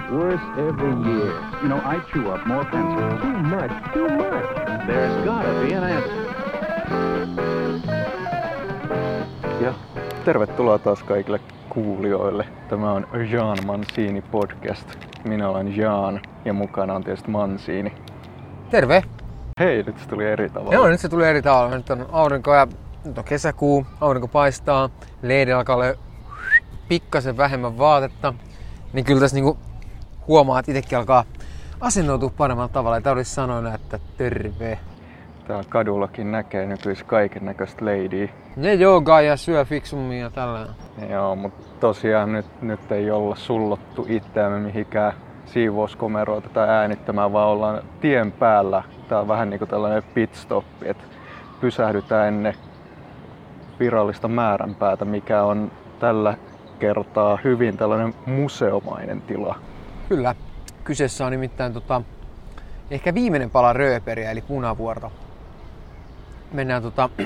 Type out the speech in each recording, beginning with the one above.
worse every year. You know, I chew up more pencils. Too much. There's gotta be an answer. Ja tervetuloa taas kaikille kuulijoille. Tämä on Jean Mancini podcast. Minä olen Jean ja mukana on tietysti Mancini. Terve! Hei, nyt se tuli eri tavalla. Joo, nyt se tuli eri tavalla. Nyt on aurinko ja nyt on kesäkuu, aurinko paistaa, leidi alkaa olla pikkasen vähemmän vaatetta. Niin kyllä tässä niinku huomaa, että itsekin alkaa asennoitua paremmalla tavalla. Ei tarvitse sanoa, että terve. Täällä kadullakin näkee nykyisin kaiken näköistä leidiä. Ne joogaa ja syö fiksummin ja tällä. Joo, mutta tosiaan nyt ei olla sullottu itseämme mihinkään siivouskomeroita tai äänittämään, vaan ollaan tien päällä. Tää on vähän niinku tällainen pitstoppi, että pysähdytään ennen virallista määränpäätä, mikä on tällä kertaa hyvin tällainen museomainen tila. Kyllä. Kyseessä on nimittäin ehkä viimeinen pala rööperiä, eli Punavuorta. Mennään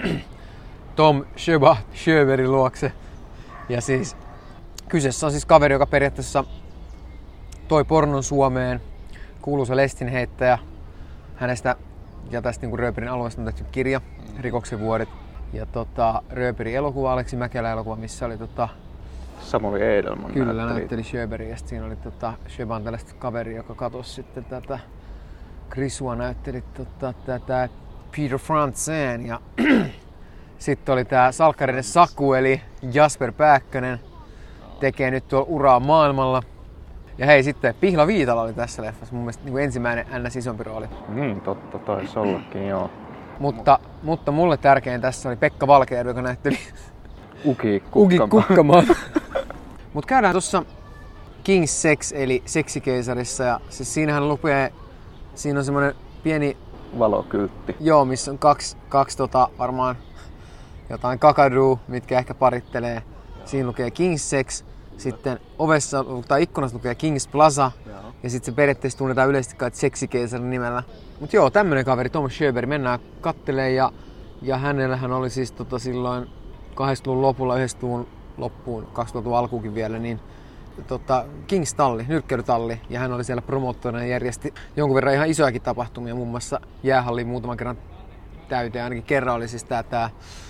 Tom Sjöbergin luokse. Ja siis kyseessä on siis kaveri, joka periaatteessa toi pornon Suomeen. Kuuluisa lestinheittäjä. Hänestä ja tästä niin Rööperin alueesta on tehty kirja, Rikoksen vuodet. Ja Rööperin elokuva, Aleksi Mäkelä elokuva, missä oli Samuli Edelman kyllä näytteli Sjöberg, ja siinä oli Sjöban tällaista kaveri, joka katosi sitten tätä Grisua näytteli tätä Peter Frantzen, ja sitten oli tää salkkarinen Saku eli Jasper Pääkkönen tekee nyt tuolla uraa maailmalla. Ja hei, sitten Pihla Viitala oli tässä leffassa mun mielestä niin kuin ensimmäinen ns. Isompi rooli. Totta, taisi ollakin, joo. Mutta mulle tärkein tässä oli Pekka Valkejärvi, joka näytteli Uki Kukkamaa. Mut käydään tossa King's Sex eli Seksikeisarissa, ja siis siinähän lukee, siinä on semmonen pieni valokyltti. Joo, missä on kaksi varmaan jotain kakaduu, mitkä ehkä parittelee. Siinä lukee King's Sex, sitten ovessa tai ikkunassa lukee King's Plaza, ja sitten se periaatteessa tunnetaan yleisesti kai Seksikeisarin nimellä. Mut joo, tämmönen kaveri Tom Sjöberg, mennään kattelee, ja hänellähän oli siis silloin 80-luvun lopulla, 90-luvun loppuun, 2000-luvun alkuukin vielä, niin King's-talli, nyrkkeilytalli, ja hän oli siellä promoottorina ja järjesti jonkun verran ihan isojakin tapahtumia, muun muassa jäähalliin muutaman kerran täyteen, ainakin kerran oli siis tää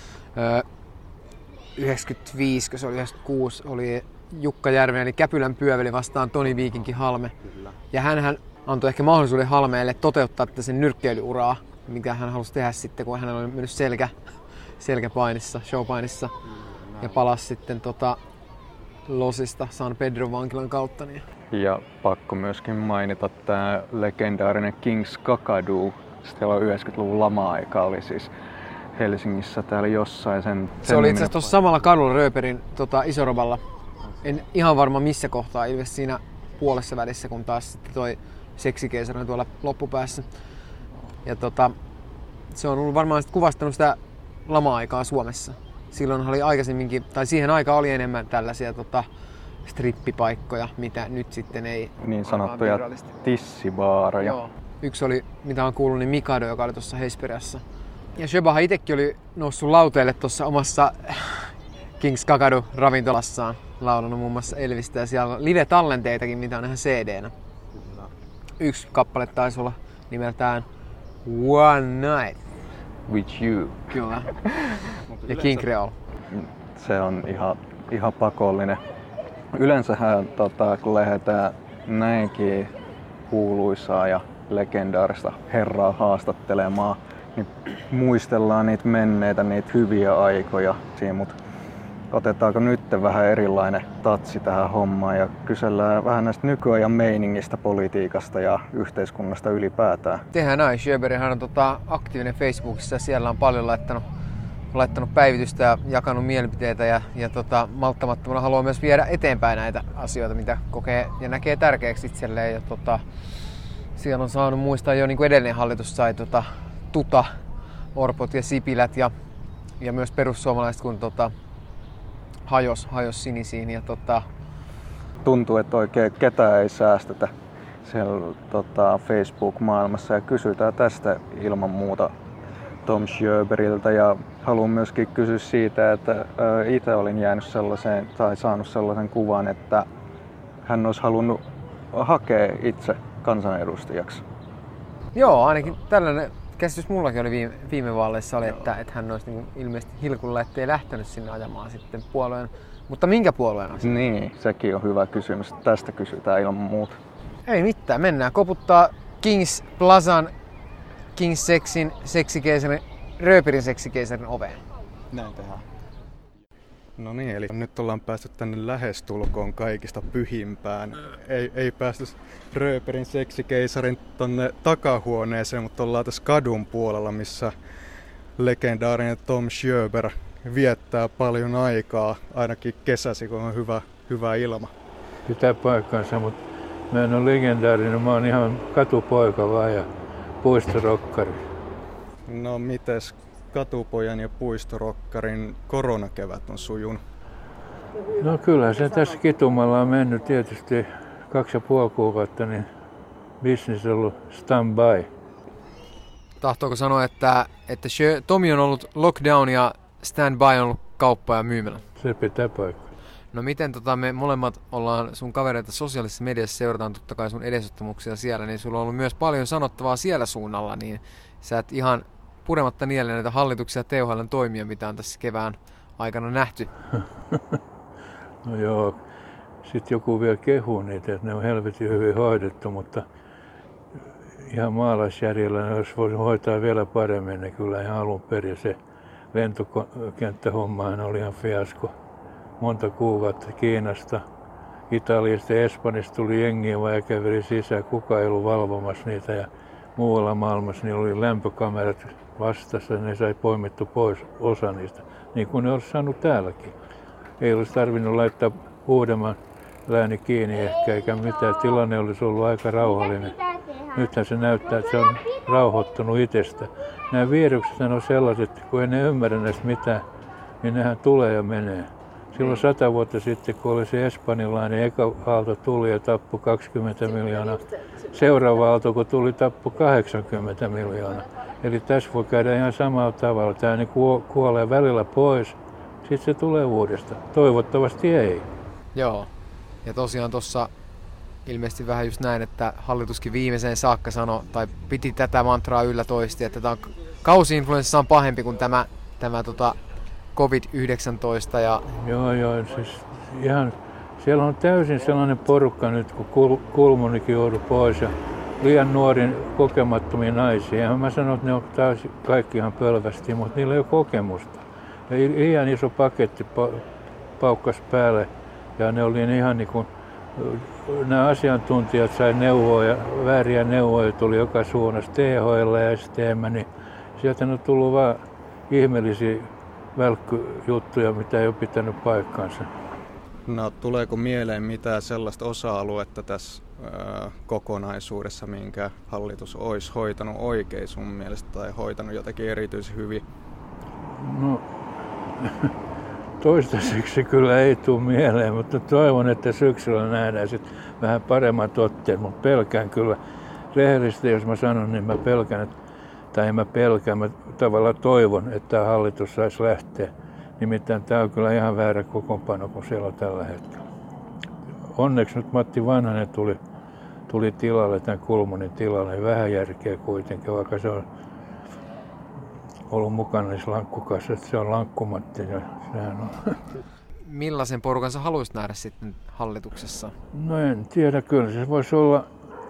95, kun se oli 96, oli Jukka Järvinen, eli Käpylän pyöveli vastaan Toni Viikinkin Halme. Kyllä. Ja hänhän antoi ehkä mahdollisuuden Halmeelle toteuttaa tätä sen nyrkkeilyuraa, mikä hän halusi tehdä sitten, kun hän oli mennyt selkäpainissa, showpainissa, ja palasi sitten Losista San Pedron vankilan kautta. Niin. Ja pakko myöskin mainita tämä legendaarinen King's Kakadu. Siellä on 90-luvun lama-aika oli siis Helsingissä täällä jossain sen se oli itse asiassa tuossa samalla kadulla Rööperin Isoroballa. En ihan varma missä kohtaa, ilmeisesti siinä puolessa välissä, kun taas sitten toi Seksikeisari on tuolla loppupäässä. Ja se on ollut varmaan kuvastanut sitä lama-aikaa Suomessa. Silloin oli aikaisemminkin, tai siihen aikaan oli enemmän tällaisia strippipaikkoja, mitä nyt sitten ei. Niin sanottuja tissibaareja. Joo. Yksi oli, mitä on kuullut, niin Mikado, joka oli tuossa Hesperiassa. Ja Sjöbahan itsekin oli noussut lauteelle tuossa omassa King's Kakadu ravintolassaan. Laulanut muun muassa Elvistä, ja siellä on live-tallenteitakin, mitä on ihan CD-nä. Yksi kappale taisi olla nimeltään One Night With You. Kyllä. Ja King Creole. Se on ihan pakollinen. Yleensähän kun lähdetään näinkin kuuluisaa ja legendaarista herraa haastattelemaan, niin muistellaan niitä menneitä, niitä hyviä aikoja. Mutta otetaanko nyt vähän erilainen tatsi tähän hommaan ja kysellään vähän näistä nykyajan meiningistä, politiikasta ja yhteiskunnasta ylipäätään. Tehdään näin. Sjöberghän on aktiivinen Facebookissa, ja siellä on paljon laittanut päivitystä ja jakanut mielipiteitä, ja malttamattomana haluaa myös viedä eteenpäin näitä asioita, mitä kokee ja näkee tärkeäksi itselleen. Ja siellä on saanut muistaa jo, niin kuin edellinen hallitus sai Orpot ja Sipilät ja myös perussuomalaiset, kun hajos sinisiin. Ja tuntuu, että oikein ketään ei säästetä siellä Facebook-maailmassa, ja kysytään tästä ilman muuta Tom Sjöbergiltä, ja haluan myöskin kysyä siitä, että itse olin jäänyt sellaiseen tai saanut sellaisen kuvan, että hän olisi halunnut hakee itse kansanedustajaksi. Joo, ainakin tällainen käsitys mullakin oli viime vaaleissa, oli, että hän olisi niin ilmeisesti hilkulla, ettei lähtenyt sinne ajamaan sitten puolueen. Mutta minkä puolueen? Niin, sekin on hyvä kysymys. Tästä kysytään ilman muuta. Ei mitään, mennään koputtaa Kings Plazan, Kings Sexin, seksikeisarin, Rööpirin seksikeisarin oveen. Näin tehdään. No niin, eli nyt ollaan päästy tänne lähestulkoon kaikista pyhimpään. Ei päästy Rööperin seksikeisarin tonne takahuoneeseen, mutta ollaan tässä kadun puolella, missä legendaarinen Tom Sjöber viettää paljon aikaa, ainakin kesäsi, kun on hyvä ilma. Pitää paikkansa, mutta mä en ole legendaarinen, mä oon ihan katupoika vaan ja puistorokkari. No mites katupojan ja puistorokkarin koronakevät on sujunut? No kyllä se tässä kitumalla on mennyt tietysti 2,5 kuukautta, niin business on ollut stand-by. Tahtooko sanoa, että Tomi on ollut lockdown ja stand-by on ollut kauppa ja myymälä? Se pitää paikkaa. No miten me molemmat ollaan sun kavereita sosiaalisessa mediassa, seurataan totta kai sun edesottamuksia siellä, niin sulla on ollut myös paljon sanottavaa siellä suunnalla, niin sä et ihan purematta nielle näitä hallituksia ja THL:n toimia, mitä on tässä kevään aikana nähty. No joo, sitten joku vielä kehuu niitä, että ne on helvetin hyvin hoidettu, mutta ihan maalaisjärjellä ne olisi voinut hoitaa vielä paremmin, niin kyllä ihan alun perin se lentokenttähommahan oli ihan fiasko. Monta kuukautta Kiinasta, Italiasta ja Espanjasta tuli jengiä vaan ja käveli sisään. Kukaan ei ollut valvomassa niitä ja muualla maailmassa niin oli lämpökamerat vastassa ja ne sai poimittu pois osa niistä, niin kuin ne olisi saanut täälläkin. Ei olisi tarvinnut laittaa Uudenmaan lääni kiinni ehkä eikä mitään. Tilanne olisi ollut aika rauhallinen. Nythän se näyttää, että se on rauhoittunut itsestä. Nämä virukset on sellaiset, että kun ei ne ymmärrä näistä mitään, niin nehän tulee ja menee. Silloin 100 vuotta sitten, kun oli se espanjalainen eka aalto tuli ja tappoi 20 miljoonaa. Seuraava aalto, kun tuli, tappoi 80 miljoonaa. Eli tässä voi käydä ihan samalla tavalla. Tämä niin kuolee välillä pois, sitten se tulee uudestaan. Toivottavasti ei. Joo. Ja tosiaan tuossa ilmeisesti vähän just näin, että hallituskin viimeiseen saakka sanoi, tai piti tätä mantraa yllä toisti, että tämä kausi-influenssa on pahempi kuin tämä COVID-19. Ja Joo, siis ihan, siellä on täysin sellainen porukka nyt, kun Kulmunikin joutui pois ja liian nuorin kokemattomia naisia. Ja mä sanon, että ne on taas kaikki ihan pölvästi, mutta niillä ei ole kokemusta. Ja liian iso paketti paukkas päälle ja ne oli ihan niin kuin, nämä asiantuntijat sai neuvoja, vääriä neuvoja tuli joka suunnasta, THL ja STM, niin sieltä on tullut vaan ihmeellisiä välkkyjuttuja, mitä ei ole pitänyt paikkaansa. No, tuleeko mieleen mitään sellaista osa-aluetta tässä kokonaisuudessa, minkä hallitus olisi hoitanut oikein sun mielestä tai hoitanut jotenkin erityisen hyvin? No, toistaiseksi kyllä ei tule mieleen, mutta toivon, että syksyllä nähdään sitten vähän paremmat otteet, mutta pelkään kyllä. Rehellisesti, jos mä sanon, niin mä pelkään, mä tavallaan toivon, että tämä hallitus saisi lähteä. Nimittäin tämä on kyllä ihan väärä kokoonpano kuin siellä on tällä hetkellä. Onneksi nyt Matti Vanhanen tuli tilalle, tämän Kulmunin tilalle. Vähän järkeä kuitenkin, vaikka se on ollut mukana niissä lankkukassa, että se on lankkumatti. Ja sehän on. Millaisen porukan sä haluaisit nähdä sitten hallituksessa? No en tiedä, kyllä se voisi olla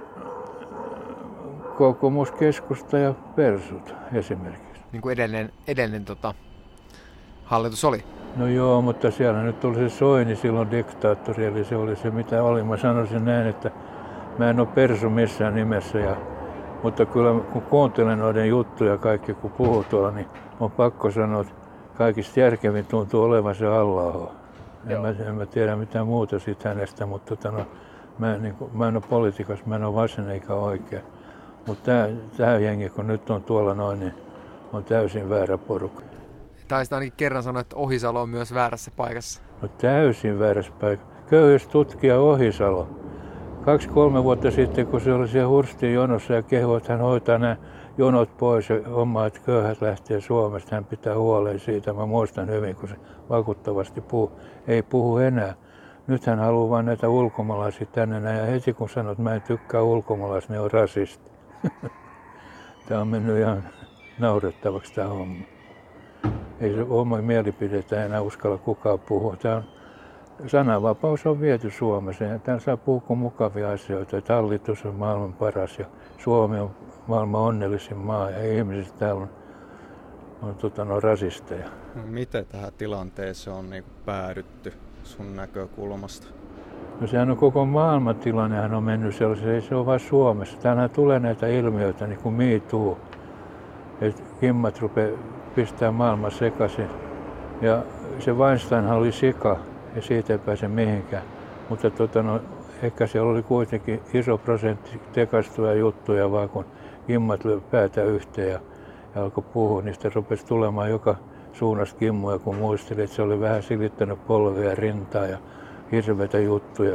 kokoomus, keskusta ja persut esimerkiksi. Niin kuin edellinen hallitus oli. No joo, mutta siellä nyt oli se Soini silloin diktaattori, eli se oli se mitä oli. Mä sanoisin näin, että mä en ole persu missään nimessä, mutta kyllä kun kuuntelen noiden juttuja kaikki kun puhuu tuolla, niin on pakko sanoa, että kaikista järkevin tuntuu olevan se Halla-aho. En mä tiedä mitään muuta siitä hänestä, mutta mä en ole politiikassa, mä en ole vasen eikä oikea. Mutta tämä jengi, kun nyt on tuolla noin, niin on täysin väärä porukka. Taisit ainakin kerran sanoa, että Ohisalo on myös väärässä paikassa. No täysin väärässä paikassa. Köyhyystutkija Ohisalo. 2-3 vuotta sitten, kun se oli siellä Hurstin jonossa ja kehui, että hän hoitaa nämä jonot pois ja hommaa, että köyhät lähtee Suomesta. Hän pitää huolen siitä. Mä muistan hyvin, kun se vakuuttavasti ei puhu enää. nyt hän haluaa vain näitä ulkomaalaisia tänne näin. Ja heti kun sanoo, että mä en tykkää ulkomaalaisia, ne on rasisti. Tämä on mennyt ihan naurettavaksi tämä homma. Ei se oma mielipidettä enää uskalla kukaan puhua. Sananvapaus on viety Suomessa ja täällä saa puhua mukavia asioita, että hallitus on maailman paras ja Suomi on maailman onnellisin maa ja ihmiset täällä on rasisteja. No, miten tähän tilanteeseen on niin päädytty sun näkökulmasta? No sehän on koko maailman tilannehan on mennyt sellaisen, ei se ole vain Suomessa. Täällähän tulee näitä ilmiöitä niin kuin Me Too, että kimmat rupeaa pistää maailman sekaisin. Ja se Weinsteinhan oli sika ja siitä ei pääse mihinkään. Mutta ehkä siellä oli kuitenkin iso prosentti tekaistuja juttuja vaan kun kimmat löi päätä yhteen ja alkoi puhua. Niistä rupesi tulemaan joka suunnasta kimmoja, kun muisteli, että se oli vähän silittänyt polvia ja rintaa ja hirveitä juttuja.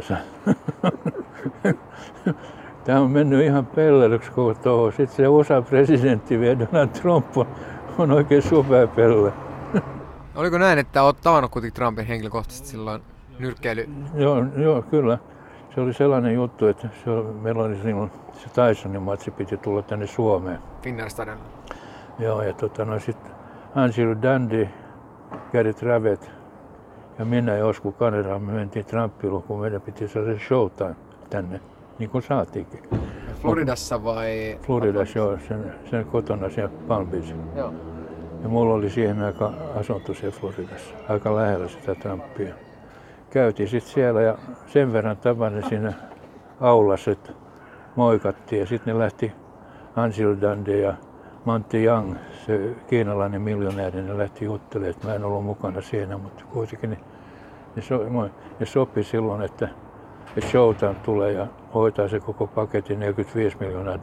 Tämä on mennyt ihan pellelyksi koko toho. Sitten se USA-presidentti vielä Donald Trump on oikein supea pelle. Oliko näin, että olet tavannut kuitenkin Trumpin henkilökohtaisesti silloin nyrkkeily? Joo, kyllä. Se oli sellainen juttu, että meillä oli silloin se Tysonin matsi piti tulla tänne Suomeen. Finnairstadion. Joo, ja sitten Angelo Dandy, Gary Travet ja minä ja Osku Kaneraan me mentiin Trumpiluun, kun meidän piti saada showtime tänne, niin kuin saatiinkin. Floridassa vai? Floridassa, joo, sen kotona siellä Palm Beach. Joo. Ja mulla oli siihen aika asunto siellä Floridassa, aika lähellä sitä Trumpia. Käytiin sitten siellä ja sen verran tapasin siinä aulassa, että moikattiin ja sitten ne lähti Angelo Dandy ja Monty Young, se kiinalainen miljonääri, ne lähti juttelemaan, että mä en ollut mukana siinä, mutta kuitenkin ne sopi silloin, että Showtime tulee ja hoitaa se koko paketin $45 miljoonaa.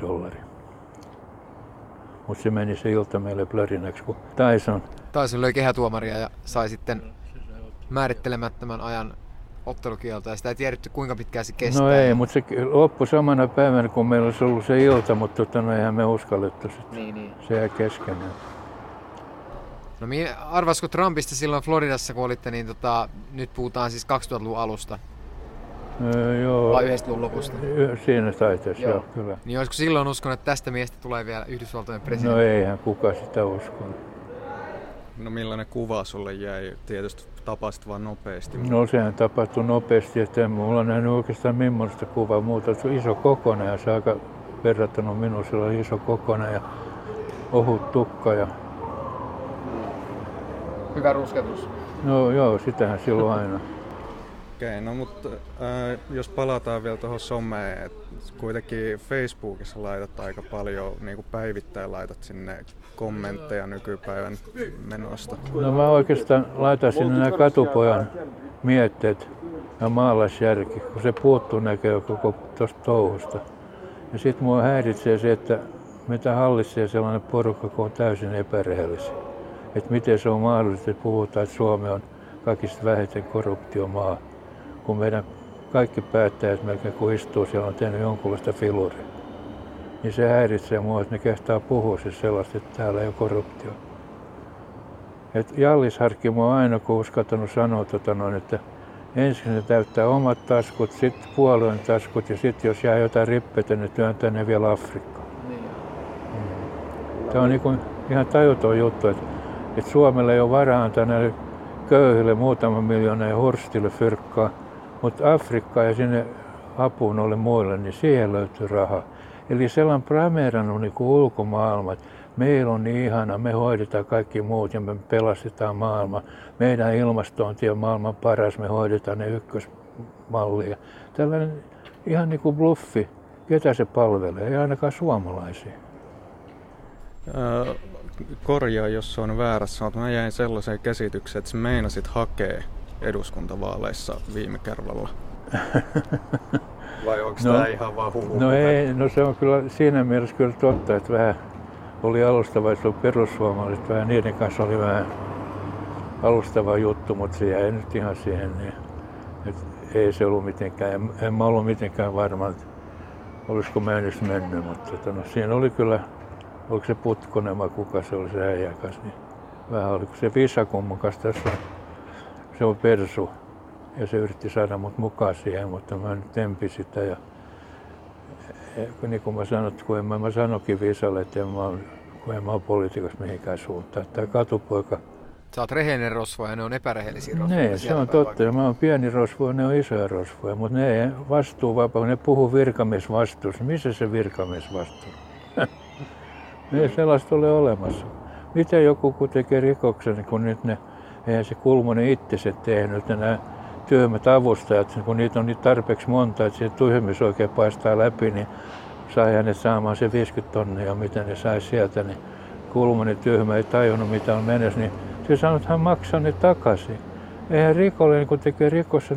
Mutta se meni se ilta meille plörinäksi, kun Tyson löi kehätuomaria ja sai sitten määrittelemättömän ajan ottelukieltä ja sitä ei tiedetty kuinka pitkään se kestää. No ei, mutta se loppui samana päivänä, kun meillä olisi ollut se ilta, mutta eihän me uskallettu sitten. Niin. Se jäi kesken. No arvasko Trumpista silloin Floridassa, kun olitte, niin nyt puhutaan siis 2000-luvun alusta? Joo. Vai 90-luvun lopusta? Siinä taiteessa, joo, kyllä. Niin olisiko silloin uskonut, että tästä miestä tulee vielä Yhdysvaltojen presidentti? No eihän kukaan sitä uskonut. No millainen kuva sulle jäi? Tietysti tapasit vaan nopeasti. No sehän tapahtui nopeasti, että en mulla nähnyt oikeastaan millaista kuvaa muuta. Se on iso kokonen ja se aika verrattuna minuun, sillä oli iso kokonen ja ohut tukka. Ja... Hyvä rusketus. No joo, sitähän silloin aina. Okei, no mutta jos palataan vielä tuohon someen, että kuitenkin Facebookissa laitat aika paljon, niin kuin päivittäin laitat sinne kommentteja nykypäivän menosta. No mä oikeastaan laitan sinne nämä katupojan mietteet ja maalaisjärki, kun se puuttuu näkee koko tuosta touhusta. Ja sit mua häiritsee se, että mitä hallitsee sellainen porukka, kun on täysin epärehellisiä. Että miten se on mahdollista, että puhutaan, että Suomi on kaikista vähiten korruptiomaa, kun meidän kaikki päättäjät melkein kun istuu siellä on tehnyt jonkunlaista filuria. Niin se häiritsee mua, että ne kehtaa puhua siis sellaista, että täällä ei ole korruptio. Et Jallis harkki mua aina, kun uskaltanut sanoa, että ensin ne täyttää omat taskut, sitten puolueen taskut ja sitten jos jää jotain rippeitä, ne työntää ne vielä Afrikkaan. Tämä on niin kuin ihan tajuton juttu, että Suomella ei ole varaa antaa näille köyhille muutaman miljoonan ja Horstille fyrkkaa, mutta Afrikkaan ja sinne apuun oli muille, niin siihen löytyy rahaa. Eli sellainen prameerannut niin kuin ulkomaailma, että meillä on niin ihana, me hoidetaan kaikki muut ja me pelastetaan maailma. Meidän ilmastointi on maailman paras, me hoidetaan ne ykkösmallia. Tällainen ihan niin kuin bluffi, ketä se palvelee, ei ainakaan suomalaisia. Korjaa, jos se on väärässä, mutta mä jäin sellaiseen käsitykseen, että sä meinasit hakea eduskuntavaaleissa viime kerralla. Vai onko tämä ihan vaan huhu? No ei, no se on kyllä siinä mielessä kyllä totta, että vähän oli alustavaisuus perussuomalaiset, vähän niiden kanssa oli vähän alustava juttu, mutta se jäi nyt ihan siihen. Niin, että ei se ollut mitenkään, en mä ollut mitenkään varma, että olisiko mä edes mennyt, mutta no, siinä oli kyllä, oliko se Putkonen vai kuka se oli se äijäkäs, niin vähän oliko se Visakumman kanssa tässä, se on persu. Ja se yritti saada mut mukaan siihen, mutta mä nyt tempin sitä. Ja niin kuin mä sanoin, kun mä sanoinkin Visalle, että kun en mä ole politiikassa mihinkään suuntaan. Tämä katupoika. Sä oot rehellinen rosvo ja ne on epärehellisiä rosvoja. Ne, se on totta. Ja mä oon pieni rosvo ja ne on isoja rosvoja. Mutta ne ei vastuuvapaa, ne puhuu virkamiesvastuussa. Missä se virkamiesvastuu? Ei sellaista ole olemassa. Miten joku kun tekee rikoksen, kun nyt eihän se Kulmunen itse se tehnyt, nämä työhmät avustajat, kun niitä on niin tarpeeksi monta, että se tyhmyys oikein paistaa läpi, niin sai hänet saamaan se 50 tonnia, mitä ne sai sieltä. Niin Kulmunen tyhmä ei tajunnut, mitä on mennessä, niin se sanoi, että hän maksaa ne takaisin. Eihän rikollinen, kun tekee rikoksen,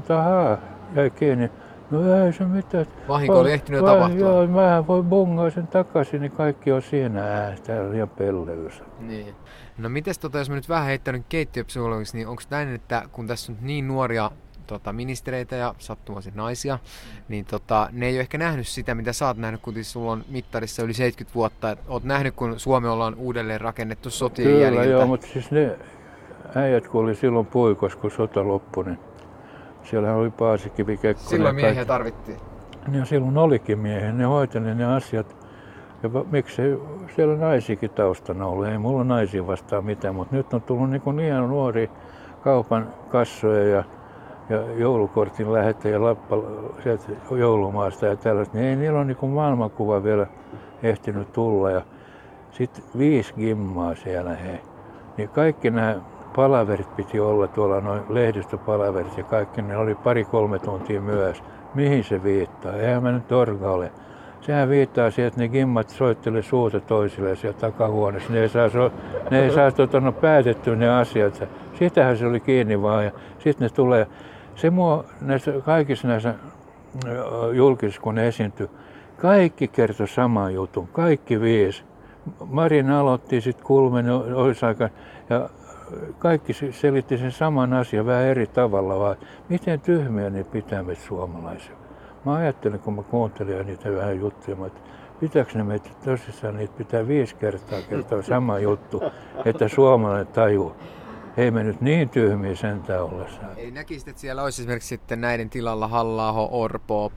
jäi kiinni. No ei se mitään. Vahinko oli ehtinyt jo tapahtua. Joo, mähän voi bungaa sen takaisin, niin kaikki on siinä. Täällä on ihan pelleys. Niin. No mites jos mä nyt vähän heittänyt keittiöpsykologiksi, niin onko näin, että kun tässä on niin nuoria ministereitä ja sattumoiset naisia, niin ne ei ole ehkä nähnyt sitä, mitä sä oot nähnyt, kun sulla on mittarissa yli 70 vuotta. Et oot nähnyt, kun Suomi ollaan uudelleen rakennettu sotien jäljiltä. Kyllä joo, mutta siis ne äijät, kun oli silloin puikos, kun sota loppui, niin siellähän oli Paasikivi, Kekkonen. Silloin miehiä tarvittiin. Ja silloin olikin miehiä, ne hoiteli ne asiat. Ja miksei siellä naisiakin taustana ollut, ei mulla naisia vastaan mitään, mutta nyt on tullut niin ihan nuoria kaupan kassoja ja joulukortin lähettäjä sieltä joulumaasta ja tällaista, niin ei niillä ole niin maailmankuva vielä ehtinyt tulla. Ja sitten 5 gimmaa siellä niin kaikki nämä palaverit piti olla tuolla, noin lehdistöpalaverit ja kaikki, ne oli 2-3 tuntia myös. Mihin se viittaa? Eihän mä nyt orga ole. Sehän viittaa siihen, että ne gimmat soittelee suuta toisilleen siellä takahuoneessa. Ne ei saa päätettyä ne asiat. Sitähän se oli kiinni vaan. Ja sitten ne tulee. Se kaikissa näissä julkisissa, kun ne esiintyi, kaikki kertoi saman jutun. Kaikki 5. Marin aloitti, sitten Kulmen olisi aika. Ja kaikki selitti sen saman asian vähän eri tavalla. Vaan miten tyhmiä ne pitää meitä suomalaisia. Mä ajattelin, kun mä kuuntelin niitä vähän juttuja, että pitääkö ne meitä tosissaan, niitä pitää 5 kertaa kertoa sama juttu, että suomalainen tajuu. Ei me nyt niin tyhmiä sentään ollessaan. Ei näkisit, että siellä olisi esimerkiksi sitten näiden tilalla Halla-aho, Orpo,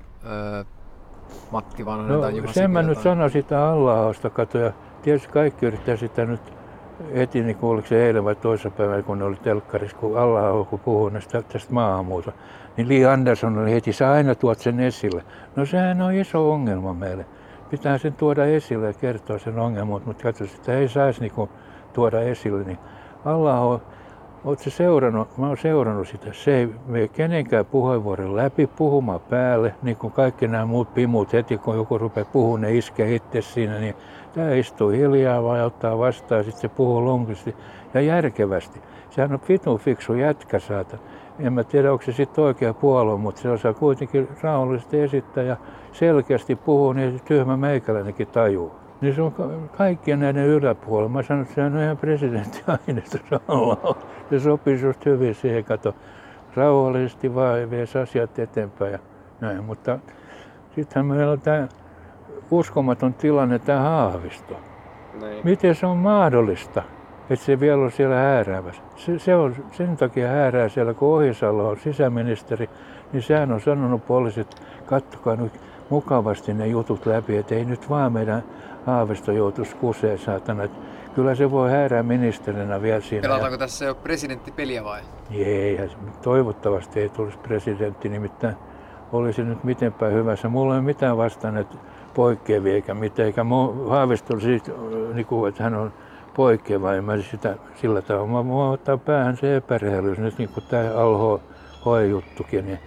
Matti Vanhanen tai Juha Sipilä. Sen mä nyt sanoin sitä Halla-ahosta, ja tietysti kaikki yrittää sitä nyt heti, niin kuin oliko se eilen vai toissapäivänä, kun ne oli telkkarissa, kun Halla-aho puhui tästä maahanmuutosta. Niin Li Andersson oli heti, sä aina tuot sen esille. No sehän on iso ongelma meille. Pitää sen tuoda esille ja kertoa sen ongelman, mutta katso, sitä ei saisi niinku tuoda esille. Niin Halla-aho, ootko se seurannut? Mä oon seurannut sitä. Se ei mene kenenkään puheenvuoron läpi puhumaan päälle, niin kuin kaikki nämä muut pimut heti, kun joku rupeaa puhumaan, ne iskee itse siinä. Niin tää istuu hiljaa vaan ottaa vastaan ja sitten se puhuu lonkisti ja järkevästi. Sehän on vitun fiksu jätkä saata. En mä tiedä, onko se sitten oikea puolue, mutta se osaa kuitenkin rauhallisesti esittää ja selkeästi puhuu, niin tyhmä meikäläinenkin tajuu. Niin se on kaikkien näiden yläpuolella. Mä sanon, että sehän on ihan presidenttiaineistus Halla-aho. Se sopii just hyvin siihen, kato, rauhallisesti vaan vies asiat eteenpäin ja näin. Mutta sittenhän meillä on tämä uskomaton tilanne, tämä Haavisto. Näin. Miten se on mahdollista? Että se vielä on siellä hääräämässä. Se on sen takia häärää siellä, kun Ohisalo on sisäministeri, niin sehän on sanonut poliisit, kattokaa nyt mukavasti ne jutut läpi, että ei nyt vaan meidän Haavisto joutuisi kuseen, saatana. Kyllä se voi häärää ministerinä vielä siinä. Pelataanko tässä jo presidenttipeliä vai? Ei, toivottavasti ei tulisi presidentti, nimittäin olisi nyt mitenpäin hyvässä. Mulla ei ole mitään vastaan, että poikkeavia eikä mitään, eikä Haavisto siitä, että hän on poikkeava, en mä sitä sillä tavalla. Mä ottaa päähän se epärehellyys, nyt niin kuin tämä Al-Hoi-juttukin, niin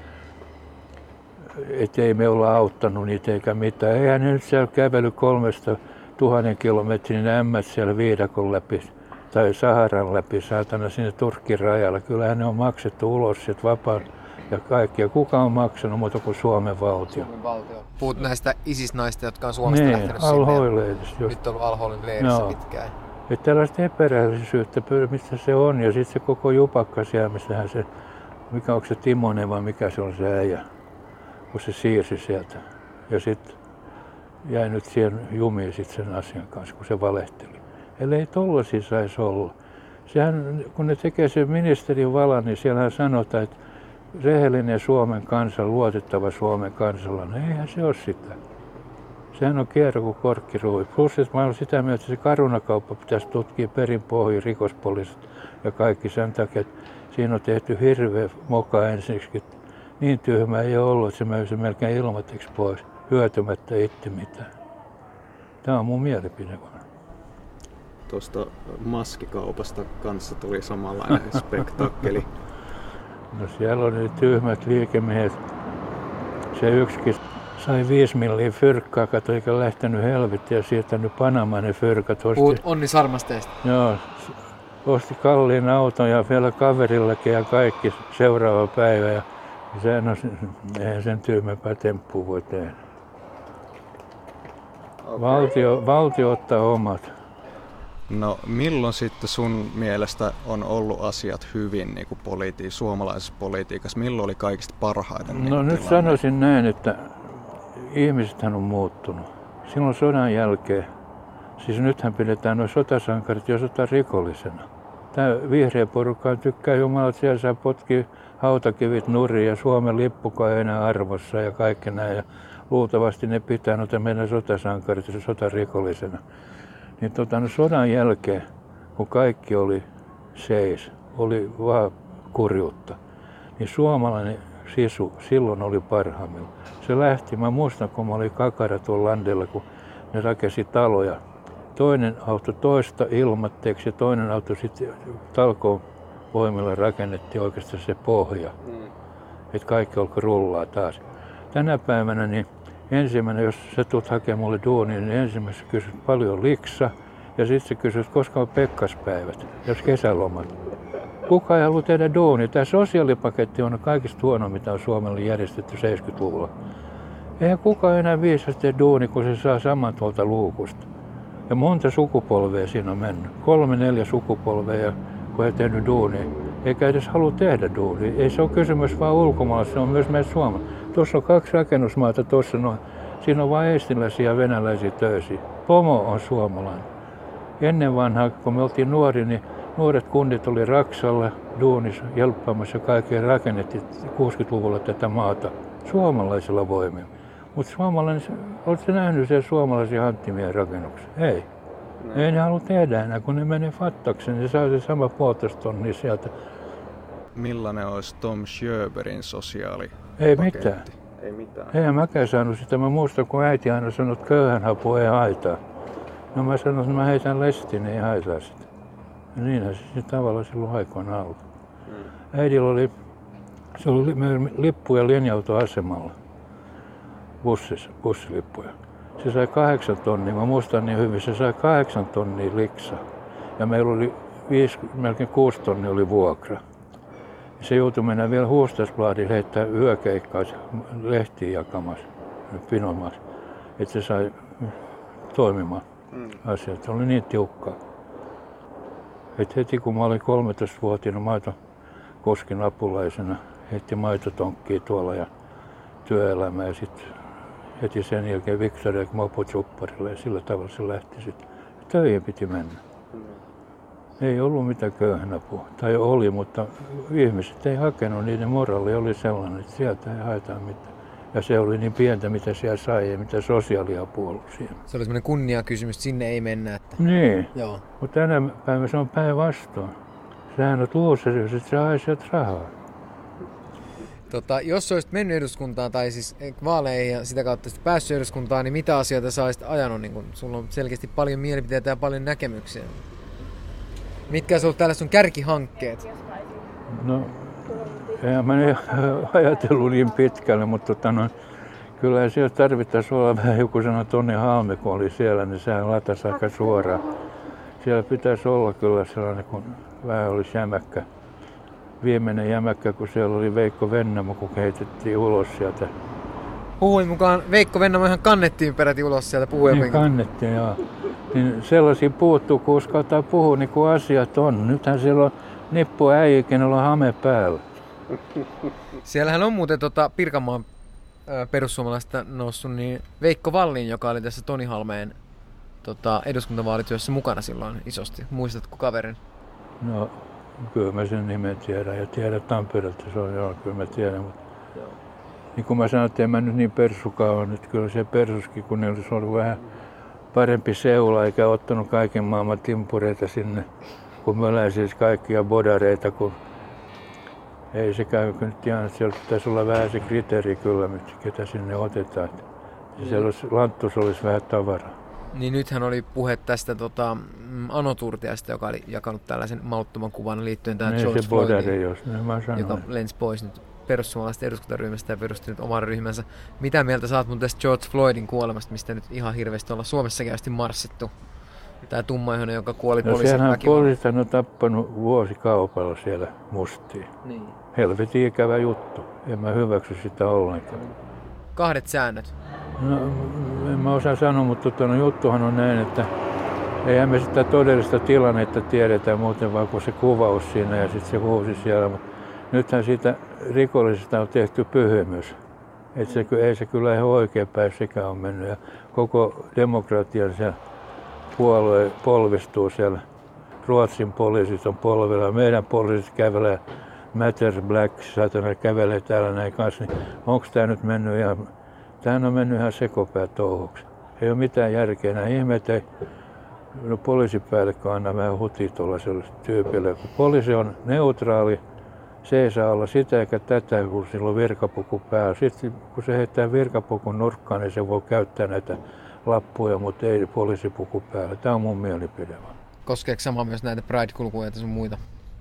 ettei me olla auttanut niitä eikä mitään. Eihän ne nyt siellä kävely 3000 kilometrin ämmät siellä viidakon läpi tai Saharan läpi, saatana sinne Turkin rajalla. Kyllähän ne on maksettu ulos sieltä vapaan ja kaikkia. Kuka on maksanut muuta kuin Suomen valtio? Suomen valtio. Puhut näistä ISIS-naista, jotka on Suomesta lähtenyt sinne. Al-Hoi-leiristä. Nyt on ollut Al-Holin leirissä pitkään. Että tällaista epärehellisyyttä, mistä se on, ja sitten se koko jupakka siellä, missähän se, mikä onko se Timonen vai mikä se on se äijä, kun se siirsi sieltä. Ja sitten jäi nyt siihen jumiin sit sen asian kanssa, kun se valehteli. Ellei tollaisia saisi olla. Sehän, kun ne tekee sen ministerin valan, niin siellähän sanotaan, että rehellinen Suomen kansa, luotettava Suomen kansalainen, eihän se ole sitä. Sehän on kierro kuin korkkiruuvi. Plus, että mä olen sitä mieltä, että se Caruna-kauppa pitäisi tutkia perin pohjin rikospoliisit ja kaikki sen takia, että siinä on tehty hirveä moka ensiksi. Niin tyhmä ei ole ollut, että se möisi melkein ilmatteeksi pois, hyötymättä itse mitään. Tämä on mun mielipide. Tuosta maskikaupasta kanssa tuli samanlainen spektakkeli. No siellä on ne tyhmät liikemiehet. Se yksikin sai 5 milliä fyrkkaa, kato, eikä lähtenyt helvettiin ja siirtänyt Panamaan ne fyrkat. Puhut Onni Sarmasteesta. Joo, osti kalliin auton ja vielä kaverillakin ja kaikki seuraava päivä. Ja sehän on, eihän sen tyhmempää temppua voi tehdä. Okay. Valtio ottaa omat. No milloin sitten sun mielestä on ollut asiat hyvin niin kuin suomalaisessa politiikassa? Milloin oli kaikista parhaiten? No nyt sanoisin näin, että ihmisethän on muuttunut. Silloin sodan jälkeen, siis nythän pidetään nuo sotasankarit jo sotarikollisena. Tämä vihreä porukka tykkää Jumala, että siellä saa potkii hautakivit nurin ja Suomen lippukaan ei enää arvossa ja kaikki näin. Ja luultavasti ne pitää noita meidän sotasankarit ja sotarikollisena. Niin no sodan jälkeen, kun kaikki oli seis, oli vaan kurjuutta, niin suomalainen sisu silloin oli parhaimmilla. Se lähti, mä muistan kun mä olin kakara tuolla landilla, kun ne rakensi taloja. Toinen auto toista ilmatteeksi ja toinen auto sitten talkoon voimilla rakennettiin oikeastaan se pohja. Että kaikki alkoi rullaa taas. Tänä päivänä niin ensimmäinen, jos sä tulet hakemaan mulle duunia, niin ensimmäisenä kysyt paljon liksa ja sitten sä kysyt, koska on pekkaspäivät, jos kesälomat. Kuka ei halua tehdä duunia? Tämä sosiaalipaketti on kaikista huono, mitä on Suomelle järjestetty 70-luvulla. Eihän kukaan enää viisasti tee duunia, kun se saa saman tuolta luukusta. Ja monta sukupolvea siinä on mennyt. 3-4 sukupolvea, kun ei tehnyt duunia. Eikä edes halua tehdä duunia. Ei se ole kysymys vaan ulkomailla, se on myös meidän Suomessa. Tuossa on 2 rakennusmaata, siinä on vain eestiläisiä ja venäläisiä töisiä. Pomo on suomalainen. Ennen vanhaa, kun me oltiin nuori, niin nuoret kunnit oli Raksalla duunissa, jelppaamassa ja kaikkea rakennettiin 60-luvulla tätä maata suomalaisilla voimilla. Mutta suomalainen, oletko nähnyt sen suomalaisia hanttimien rakennuksia? Ei. No. Ei ne halua tehdä enää, kun ne menee fattakseen, niin saa se sama 1,5 tonnia sieltä. Millainen olisi Tom Sjöbergin sosiaalipaketti? Ei mitään. Ei mitään. Eihän mäkään saanut sitä. Mä muistan, kun äiti aina sanoi, että köyhänhapu ei haittaa. No mä sanoin, että mä heitän lestin, ei haittaa sitä. Ja niinhän se tavallaan silloin aikoina ollut. Äidillä oli, se oli lippuja linja-autoasemalla. Bussilippuja. Se sai 8 tonnia, mä muistan niin hyvin, se sai 8 tonnia liksaa. Ja meillä oli melkein 6 tonnia oli vuokra. Se joutui mennä vielä Hufvudstadsbladet heittää yökeikkaa lehtiä jakamassa, pinomassa, että se sai toimimaan asiat. Se oli niin tiukkaa. Et heti kun mä olin 13-vuotiaana maitokoskin apulaisena, heitti maitotonkkia tuolla ja työelämää ja sitten heti sen jälkeen Victoria mopotjupparille ja sillä tavalla se lähti sitten. Töihin piti mennä. Ei ollut mitään köyhänapua, tai oli, mutta ihmiset ei hakenut, niiden moraali oli sellainen, että sieltä ei haeta mitään. Ja se oli niin pientä, mitä siellä sai ja mitä sosiaaliapua ollut siellä. Se oli semmoinen kunniakysymys, että sinne ei mennä. Että... Niin, mutta tänä päivänä se on päinvastoin. Sähän olet luuseri, että sä haiset rahaa. Jos olisit mennyt eduskuntaan tai siis vaaleihin ja sitä kautta päässyt eduskuntaan, niin mitä asioita sä olisit ajanut? Niin kun sulla on selkeästi paljon mielipiteitä ja paljon näkemyksiä. Mitkä olisi ollut täällä sun kärkihankkeet? No, en mä ajatellut niin pitkälle, mutta kyllä siellä tarvittaisi olla vähän joku sellainen Tonni Halme, kun oli siellä, niin sehän latasi aika suoraan. Siellä pitäisi olla kyllä sellainen, kun vähän olisi jämäkkä. Viimeinen jämäkkä, kun siellä oli Veikko Vennamo, kun heitettiin ulos sieltä. Puhuin mukaan Veikko Vennamo ihan kannettiin peräti ulos sieltä puhujapenkiltä. Niin kannettiin, joo. Niin sellaisia puuttuu, kun uskaltaa puhua niin kuin asiat on. Nythän siellä on nippu äijä, kenellä on hame päällä. Siellähän on muuten Pirkanmaan perussuomalaista noussut niin Veikko Vallin, joka oli tässä Toni Halmeen eduskuntavaalityössä mukana silloin isosti. Muistatko kaverin? No Kyllä mä sen nimen tiedän ja tiedän Tampereelta se on, joo, kyllä mä tiedän. Mutta niin kuin mä sanoin, että en mä nyt niin persukaan ole, että kyllä se persuskin, kun ne olisi ollut vähän parempi seula eikä ottanut kaiken maailman timpureita sinne, kun mä siis kaikkia bodareita, kun ei se käy nyt ihan, että siellä pitäisi olla vähän se kriteeri kyllä, ketä sinne otetaan. Siellä olisi, lanttus olisi vähän tavaraa. Niin nythän oli puhe tästä Ano Turtiasta, joka oli jakanut tällaisen mauttoman kuvan liittyen tähän George Floydiin, joka lensi pois nyt perussuomalaisten eduskuntaryhmästä ja perusti nyt oman ryhmänsä. Mitä mieltä saat mun tästä George Floydin kuolemasta, mistä nyt ihan hirveästi ollaan Suomessa käysti marssittu? Tää tummaihoinen, joka kuoli poliisin väkivallalla. Poliisit on tappanut vuosikaupalla siellä mustiin. Niin. Helvetin ikävä juttu. En mä hyväksy sitä ollenkaan. 2 säännöt. No, en mä osaa sanoa, mutta juttuhan on näin, että eihän me sitä todellista tilannetta tiedetä muuten vaan kuin se kuvaus siinä ja sitten se huusi siellä. Mutta nythän siitä rikollisesta on tehty pyhimys. Ei se kyllä ihan oikeinpäin sekään on mennyt. Ja koko demokratian se puolue polvistuu siellä. Ruotsin poliisit on polvilla. Meidän poliisit kävelee Matter Black, satana kävelee täällä näin kanssa. Niin onko tämä nyt mennyt ihan... Tämähän on mennyt ihan sekopää touhuksi. Ei ole mitään järkeä. Nämä ihmeet ei... No, poliisipäällikkö anna vähän hutia tuollaiselle tyypille. Kun poliisi on neutraali, se ei saa olla sitä eikä tätä, kun sillä on virkapuku päällä. Sitten kun se heittää virkapukun nurkkaan, niin se voi käyttää näitä lappuja, mutta ei poliisipuku päällä. Tämä on mun mielipide. Koskeeko sama myös näitä Pride-kulkuja ja sun muita?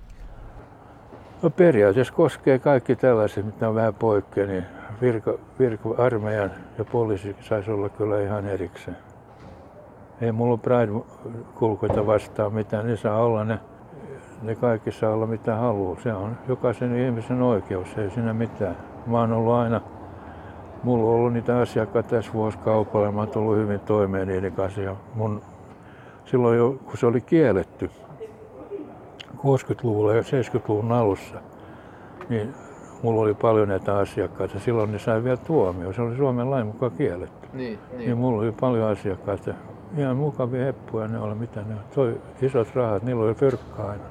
No, periaatteessa koskee kaikki tällaiset, mitä on vähän poikkea, niin armeijan ja poliisi saisi olla kyllä ihan erikseen. Ei mulla Pride-kulkuita vastaan mitään, ne saa olla ne kaikki saa olla mitä haluaa. Se on jokaisen ihmisen oikeus, ei siinä mitään. Mä oon ollut aina, mulla on ollut niitä asiakkaita tässä vuosikaupalla ja mä oon tullut hyvin toimeen niiden kanssa. Ja silloin jo, kun se oli kielletty 60-luvulla ja 70-luvun alussa, niin mulla oli paljon näitä asiakkaita. Silloin ne sai vielä tuomio. Se oli Suomen lain mukaan kielletty. Niin mulla oli paljon asiakkaita. Ihan mukavia heppuja ne oli, mitä ne on. Toi isot rahat, niillä oli fyrkkaa aina.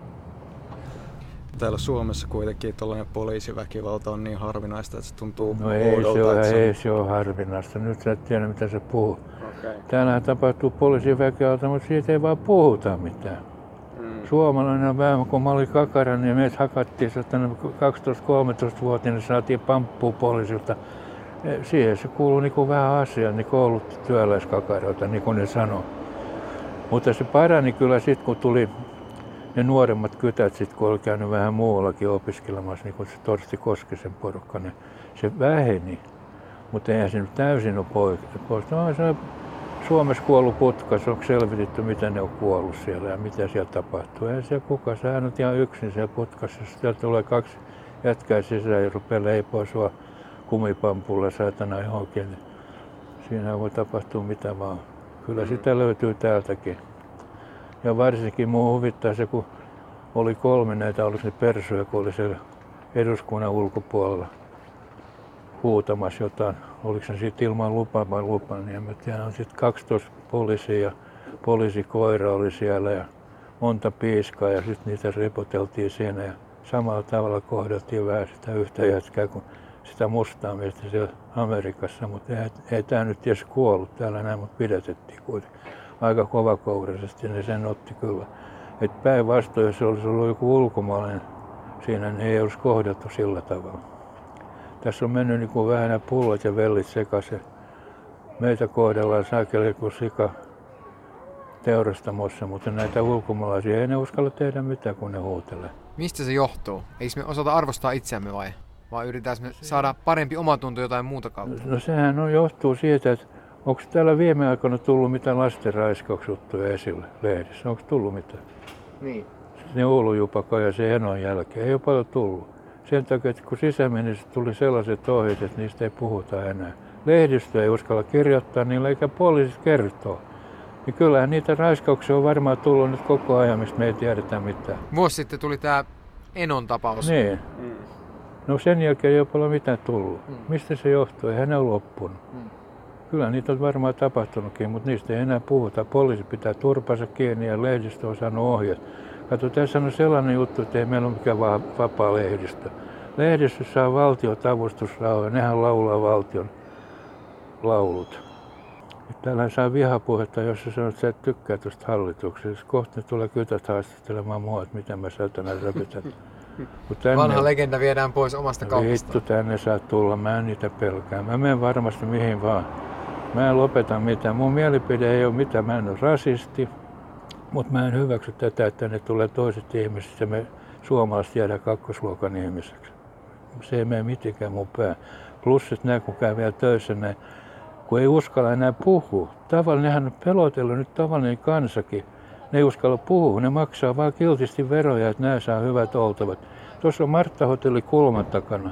Täällä Suomessa kuitenkin tuollainen poliisiväkivalta on niin harvinaista, että se tuntuu no ei se ole harvinaista. Nyt sä et tiedä, mitä se puhuu. Okay. Täällähän tapahtuu poliisiväkivalta, mutta siitä ei vaan puhuta mitään. Suomalainen on vähän, kun mä olin kakara, niin meitä hakattiin 12-13-vuotiaana, saatiin pamppua poliisilta. Siihen se kuului niin kuin vähän asiaa, niin koulutti työläiskakaroita, niin kuin ne sanoo. Mutta se parani kyllä sitten, kun tuli ne nuoremmat kytät, sit, kun oli käynyt vähän muuallakin opiskelemassa, niin kuin se Torsti Koskisen porukka, niin se väheni. Mutta eihän se nyt täysin ole pois. No, se on Suomessa kuollut putkas, onko selvitetty, mitä ne on kuollut siellä ja mitä siellä tapahtuu. Eihän siellä kukaan, sehän on ihan yksin siellä putkassa. Sieltä tulee 2 jätkää sisään ja rupeaa leipoa sua kumipampulla saatana johonkin. Siinä voi tapahtua mitä vaan. Kyllä sitä löytyy täältäkin. Ja varsinkin minua huvittaa se, kun oli 3 näitä, oliko ne persuja, kun oli siellä eduskunnan ulkopuolella huutamassa jotain. Oliko se siitä ilman lupaa vai lupaa, niin en mä tiedä. On sitten 12 poliisia ja poliisikoira oli siellä ja monta piiskaa ja sitten niitä repoteltiin siinä. Ja samalla tavalla kohdeltiin vähän sitä yhtä jätkää kuin sitä mustaa miestä siellä Amerikassa, mutta ei tämä nyt edes kuollut täällä näin, mutta pidätettiin kuitenkin. Aika kovakouraisesti ne sen otti kyllä. Et päinvastoin, jos olisi ollut joku ulkomaalainen siinä, niin ei olisi kohdattu sillä tavalla. Tässä on mennyt niin kuin vähän nämä pullot ja vellit sekaisin. Meitä kohdellaan saakeli kuin sika teurastamossa, mutta näitä ulkomaalaisia ei ne uskalla tehdä mitään, kun ne huutelee. Mistä se johtuu? Eikö me osata arvostaa itseämme vai yritetäänkö me saada parempi omatunto jotain muuta kautta? No sehän johtuu siitä, että onko täällä viime aikoina tullut mitään lastenraiskausjuttuja esille lehdissä? Onko tullut mitään? Niin. Ne Oulujupakka ja se Enon jälkeen ei ole paljon tullut. Sen takia, että kun sisäministeriöstä tuli sellaiset ohjeet, että niistä ei puhuta enää. Lehdistö ei uskalla kirjoittaa niillä eikä poliisit kertoo. Niin kyllähän niitä raiskauksia on varmaan tullut nyt koko ajan, mistä me ei tiedetä mitään. Vuosi sitten tuli tämä Enon tapaus. Niin. No sen jälkeen ei ole paljon mitään tullut. Mistä se johtuu? Eihän ne ole loppunut. Kyllä niitä on varmaan tapahtunutkin, mutta niistä ei enää puhuta. Poliisi pitää turpansa kiinni ja lehdistö on saanut ohjeet. Kato, tässä on sellainen juttu, että ei meillä ole mikään vapaa lehdistö. Lehdistössä saa valtiot avustusrahoja, nehän laulaa valtion laulut. Täällä saa vihapuhetta, jos sä sanot, että sä et tykkää tuosta hallituksesta. Kohta ne tulee kytät haastattelemaan mua, että miten mä saatana räpytän. Vanha legenda viedään pois omasta kaupasta. Vittu, tänne saa tulla, mä en niitä pelkää. Mä menen varmasti mihin vaan. Mä en lopeta mitään. Mun mielipide ei ole mitään, mä en ole rasisti. Mutta mä en hyväksy tätä, että ne tulee toiset ihmiset ja me suomalaiset jäädään kakkosluokan ihmiseksi. Se ei mene mitenkään mun pää. Plus, että nämä kun käy vielä töissä näin, kun ei uskalla enää puhua. Nehän on pelotellut nyt tavallinen kansakin. Ne ei uskalla puhua, ne maksaa vaan kiltisti veroja, että nämä saa hyvät oltavat. Tuossa on Martta-hotelli kulman takana.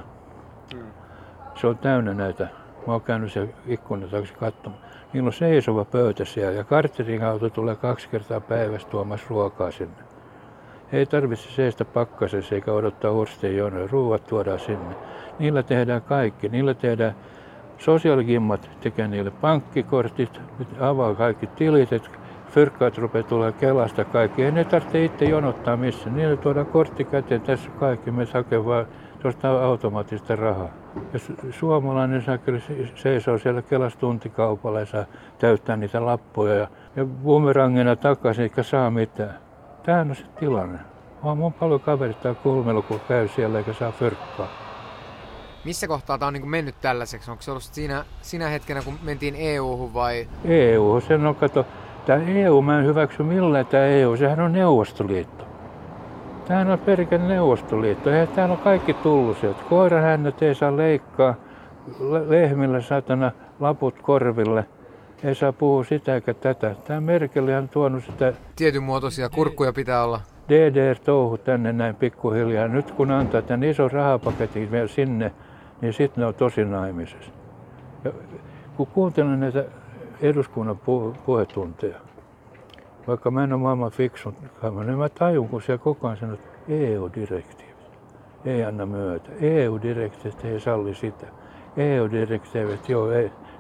Se on täynnä näitä. Mä oon käynyt siellä ikkunan taakse katsomaan. Niillä on seisova pöytä siellä ja karterin auto tulee 2 kertaa päivässä tuomassa ruokaa sinne. Ei tarvitse seistä pakkasessa eikä odottaa ursteen jonoja. Ruuat tuodaan sinne. Niillä tehdään kaikki. Niillä tehdään sosiaaligimmat, tekee niille pankkikortit, avaa kaikki tilit, että fyrkkaat rupeaa tulee Kelasta kaikki. Ei ne tarvitse itse jonottaa missään. Niille tuodaan kortti käteen, tässä kaikki, me hakee vaan tuosta automaattista rahaa. Jos suomalainen seisoo siellä Kelassa tuntikaupalla ja saa täyttää niitä lappuja ja bumerangina takaisin eikä saa mitään. Tämähän on se tilanne. Mun paljon kaverita kulmilla, kun käy siellä eikä saa fyrkkaa. Missä kohtaa tämä on niin mennyt tällaiseksi? Onko se ollut siinä hetkenä, kun mentiin EU-hun vai? EU, sen on kato. Tämä EU, mä en hyväksy millään tämä EU, sehän on Neuvostoliitto. Tämähän on pelkän Neuvostoliitto. Eihän täällä on kaikki tullut sieltä. Koirahännät ei saa leikkaa, lehmillä satana laput korville. Ei saa puhua sitä eikä tätä. Tämä Merkel on tuonut sitä... Tietyn muotoisia kurkkuja pitää olla. DDR-touhu tänne näin pikkuhiljaa. Nyt kun antaa tämän ison rahapaketin vielä sinne, niin sitten ne on tosi naimisessa. Ja kun kuuntelen näitä eduskunnan puhetunteja, vaikka mä en ole maailman fiksun kamera, niin mä tajun, kun siellä koko ajan sanoo, että EU-direktiivit ei anna myötä. EU-direktiivit ei salli sitä. EU-direktiivit, joo,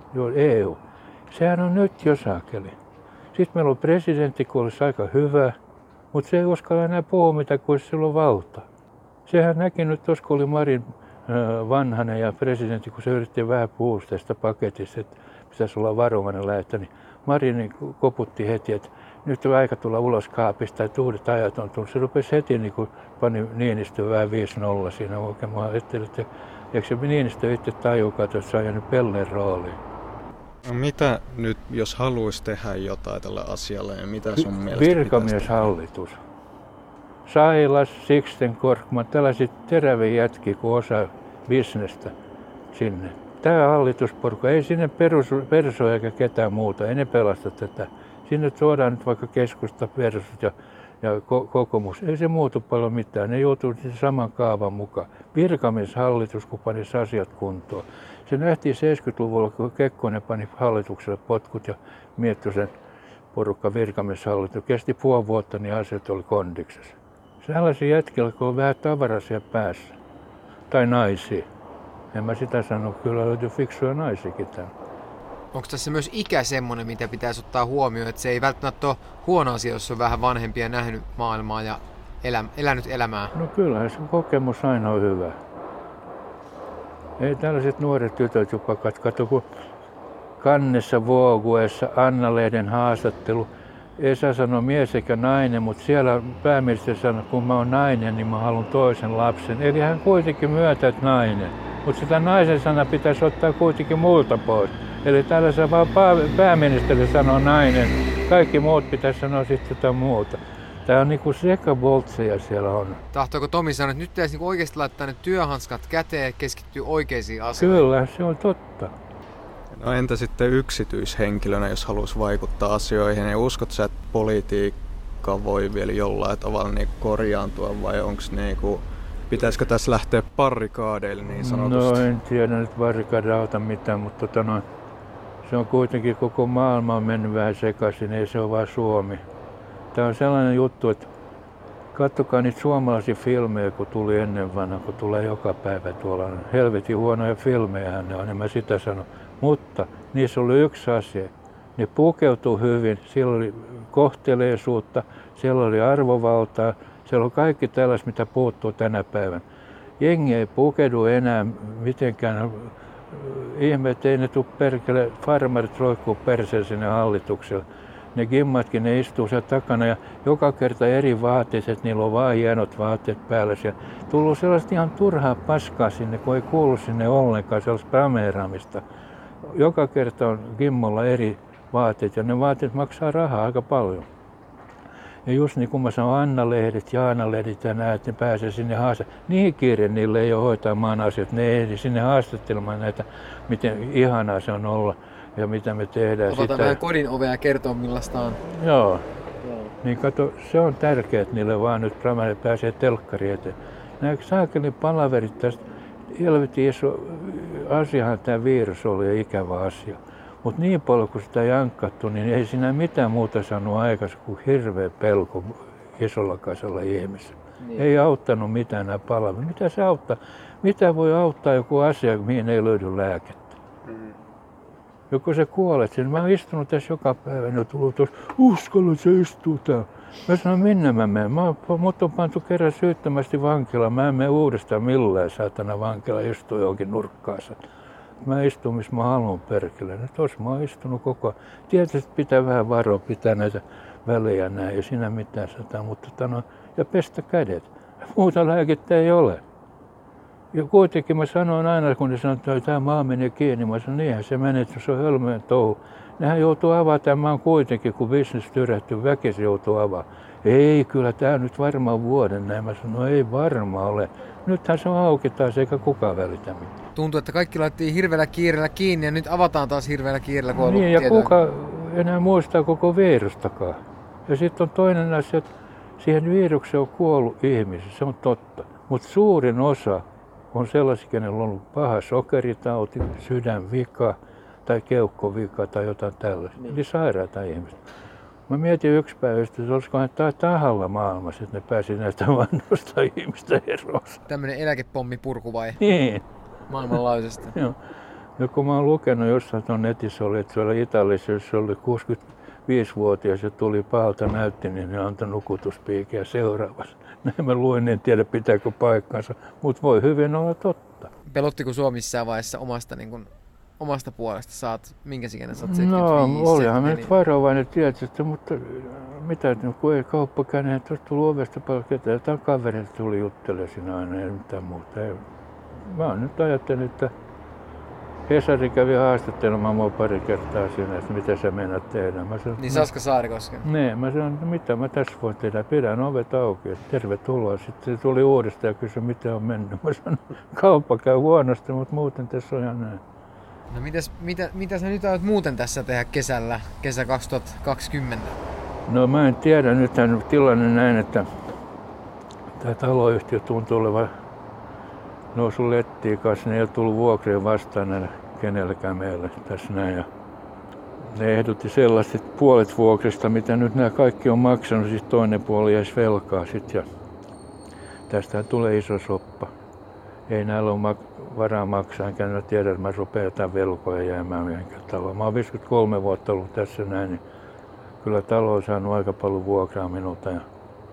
EU. Sehän on nyt jo saakeli. Sitten meillä on presidentti, kun olisi aika hyvä, mutta se ei uskalla enää puhua mitä, kun sillä on valta. Sehän näki nyt tuossa, kun oli Marin Vanhanen ja presidentti, kun se yritti vähän puhua tästä paketista, että pitäisi olla varovainen lähettä, niin Marin koputti heti, että nyt on aika tulla ulos kaapista, että uudet ajat on tullut. Se rupesi heti, niin kuin pani Niinistö vähän 5-0 siinä oikein. Mä ajattelin, että eikö se Niinistö itse tajukaan, että se on jäänyt Pelleen rooliin. No mitä nyt, jos haluaisi tehdä jotain tällä asialla, ja mitä sun mielestä Virkamieshallitus. Sailas, Sixten Korkman, tällaiset teräviä jätkiä, kun osaa bisnestä sinne. Tämä hallitusporukka, ei sinne perso eikä ketään muuta, ei ne pelasta tätä. Sinne tuodaan nyt vaikka keskusta, persut ja kokoomus. Ei se muutu paljon mitään, ne joutuu saman kaavan mukaan. Virkamieshallitus, kun panisi asiat kuntoon. Se nähtiin 70-luvulla, kun Kekkonen pani hallitukselle potkut ja Miettusen porukka virkamieshallitus. Kesti puoli vuotta, niin asiat oli kondiksessa. Sellaisia jätkillä, kun on vähän tavaraisia päässä. Tai naisia. En mä sitä sano, kyllä löytyy fiksuja naisiakin täällä. Onko tässä myös ikä semmoinen, mitä pitäisi ottaa huomioon, että se ei välttämättä ole huono asia, jos on vähän vanhempia ja nähnyt maailmaa ja elänyt elämää? No kyllähän se kokemus aina on hyvä. Ei tällaiset nuoret tytöt jupakat, kato kun Kannessa Vuoguessa Anna-lehden haastattelu. Esa sanoi mies eikä nainen, mutta siellä pääministeri sanoi, että kun mä oon nainen, niin mä haluan toisen lapsen. Eli hän kuitenkin myöntää, että nainen. Mutta sitä naisen sana pitäisi ottaa kuitenkin muulta pois. Eli tällaisen vaan pääministeri sanoo nainen, kaikki muut pitäisi sanoa sitten jotain muuta. Tämä on niinku sekaboltseja siellä on. Tahtoiko Tomi sanoa, että nyt pitäisi niinku oikeasti laittaa ne työhanskat käteen ja keskittyä oikeisiin asioihin? Kyllä, se on totta. No entä sitten yksityishenkilönä, jos haluaisi vaikuttaa asioihin, niin uskot sä, että politiikka voi vielä jollain tavalla niinku korjaantua vai onks niinku, pitäisikö tässä lähteä barrikaadeille niin sanotusti? No en tiedä nyt barrikaadilla auta mitään, mutta se on kuitenkin koko maailma on mennyt vähän sekaisin, ei se ole vaan Suomi. Tämä on sellainen juttu, että katsokaa niitä suomalaisia filmejä, kun tuli ennen vanha, kun tulee joka päivä tuolla. Helvetin huonoja filmejä ne on, en mä sitä sano. Mutta niissä oli yksi asia. Ne pukeutuu hyvin, siellä oli kohteleisuutta, siellä oli arvovaltaa. Siellä on kaikki tällaiset, mitä puuttuu tänä päivänä. Jengi ei pukeudu enää mitenkään. Ihme, että ei ne tule perkele, farmarit roikkuu perseen sinne hallitukselle. Ne gimmatkin, ne istuu siellä takana ja joka kerta eri vaatteet, että niillä on vaan hienot vaatteet päällä. Siellä tullut sellaista ihan turhaa paskaa sinne, kun ei kuulu sinne ollenkaan sellaista prameeraamista. Joka kerta on gimmolla eri vaatteet ja ne vaatteet maksaa rahaa aika paljon. Ja just niin kuin mä sanon, Anna-lehdet, Jaana-lehdet ja näet, ne pääsee sinne haastattelemaan. Niin kiire niille ei ole hoitaa maan asioita. Ne ei sinne haastattelemaan näitä, miten ihanaa se on olla ja mitä me tehdään. Avataan vähän kodin ovea ja kertoo millaista on. Joo. Niin kato, se on tärkeää, että niille vaan nyt pääsee telkkari eteen. Nämä saakelin palaverit tästä, helvetin iso asiahan tämä virus oli ja ikävä asia. Mutta niin paljon kun sitä jankkattu, niin ei siinä mitään muuta saanut aikaisemmin kuin hirveä pelko isolla kasalla ihmisellä. Niin. Ei auttanut mitään nämä palaverit. Mitä se auttaa? Mitä voi auttaa joku asia, mihin ei löydy lääkettä? Joku sä kuolet sen. Mä oon istunut tässä joka päivä ja tullut tuossa, uskalla se istuu täällä. Mä sanon, minne mä menen? Mut on pantu kerran syyttömästi vankilaan. Mä en mene uudestaan millään saatana vankila istuu johonkin nurkkaansa. Mä istun, missä mä haluan perkele. Tuossa mä oon istunut koko ajan. Tietysti pitää vähän varoa, pitää näitä välejä näin, ei siinä mitään sataa, mutta ja pestä kädet. Muuta lääkettä ei ole. Ja kuitenkin mä sanoin aina, kun ne sanoo, että tämä maa menee kiinni, mä sanon, niinhän se menee, että se on hölmöjen touhu. Nehän joutuu avaamaan tämän maan kuitenkin, kun bisnes tyrähtyy, väkisin joutuu avaamaan. Ei, kyllä tämä nyt varmaan vuoden näin. Mä sanon, no ei varmaan ole. Nythän se on auki taas, eikä kukaan välitä mitään. Tuntuu, että kaikki laitettiin hirveällä kiireellä kiinni ja nyt avataan taas hirveällä kiireellä, kun on niin, ja kuka enää muistaa koko virustakaan. Ja sitten on toinen asia, että siihen virukseen on kuollut ihmisiä, se on totta. Mutta suurin osa on sellaisia, kenellä on ollut paha sokeritauti, sydänvika tai keuhkovika tai jotain tällaista. Eli sairaita ihmisiä. Mä mietin yksi päivä, että olisikohan tämä tahalla maailmassa, että ne pääsi näistä vanhoista ihmistä eroon. Tämmöinen eläkepommi-purku vai? Niin. Maailmanlaajuisesti. Joo. Ja kun mä oon lukenut jossain tuon netissä oli, että siellä Italiassa, jos oli 65-vuotias ja tuli pahalta näytti, niin ne antoi nukutuspiikiä seuraavassa. Näin mä luin, en tiedä pitääkö paikkansa, mutta voi hyvin olla totta. Pelottiko sua missään vaiheessa omasta puolesta? Saat, minkä sikäinen sä oot 75? No, olihan mä nyt varovainen tietysti, mutta mitä, kun ei kauppa käynyt, että olisi tullut ovesta paljon ketään. Jotain kavereita tuli juttelemaan siinä aina, ei mitään muuta. Mä nyt ajattelin, että Hesari kävi haastattelemaan mua pari kertaa siinä, että mitä sä meinaat tehdä. Niin Saska Saarikosken? Niin, mä sanoin, että mitä mä tässä voin tehdä, pidän ovet auki, että tervetuloa. Sitten se tuli uudestaan ja kysyi, miten on mennyt. Mä sanoin, kauppa käy huonosti, mutta muuten tässä on ihan näin. No mitä sä nyt aiot muuten tässä tehdä kesä 2020? No mä en tiedä, nythän tilanne näin, että tämä taloyhtiö tuntuu olevan noussut lettiin kanssa, ne ei ole tullut vuokrien vastaan näillä kenelläkään meillä tässä näin. Ja ne ehdotti sellaista puolet vuokrista, mitä nyt nämä kaikki on maksanut, siis toinen puoli jäisi velkaa sitten. Ja tästähän tulee iso soppa. Ei näillä ole varaa maksaa, enkä mä tiedä, että mä rupean jotain velkoja jäämään mihinkään taloon. Mä oon 53 vuotta ollut tässä näin, niin kyllä talo on saanut aika paljon vuokraa minulta. Ja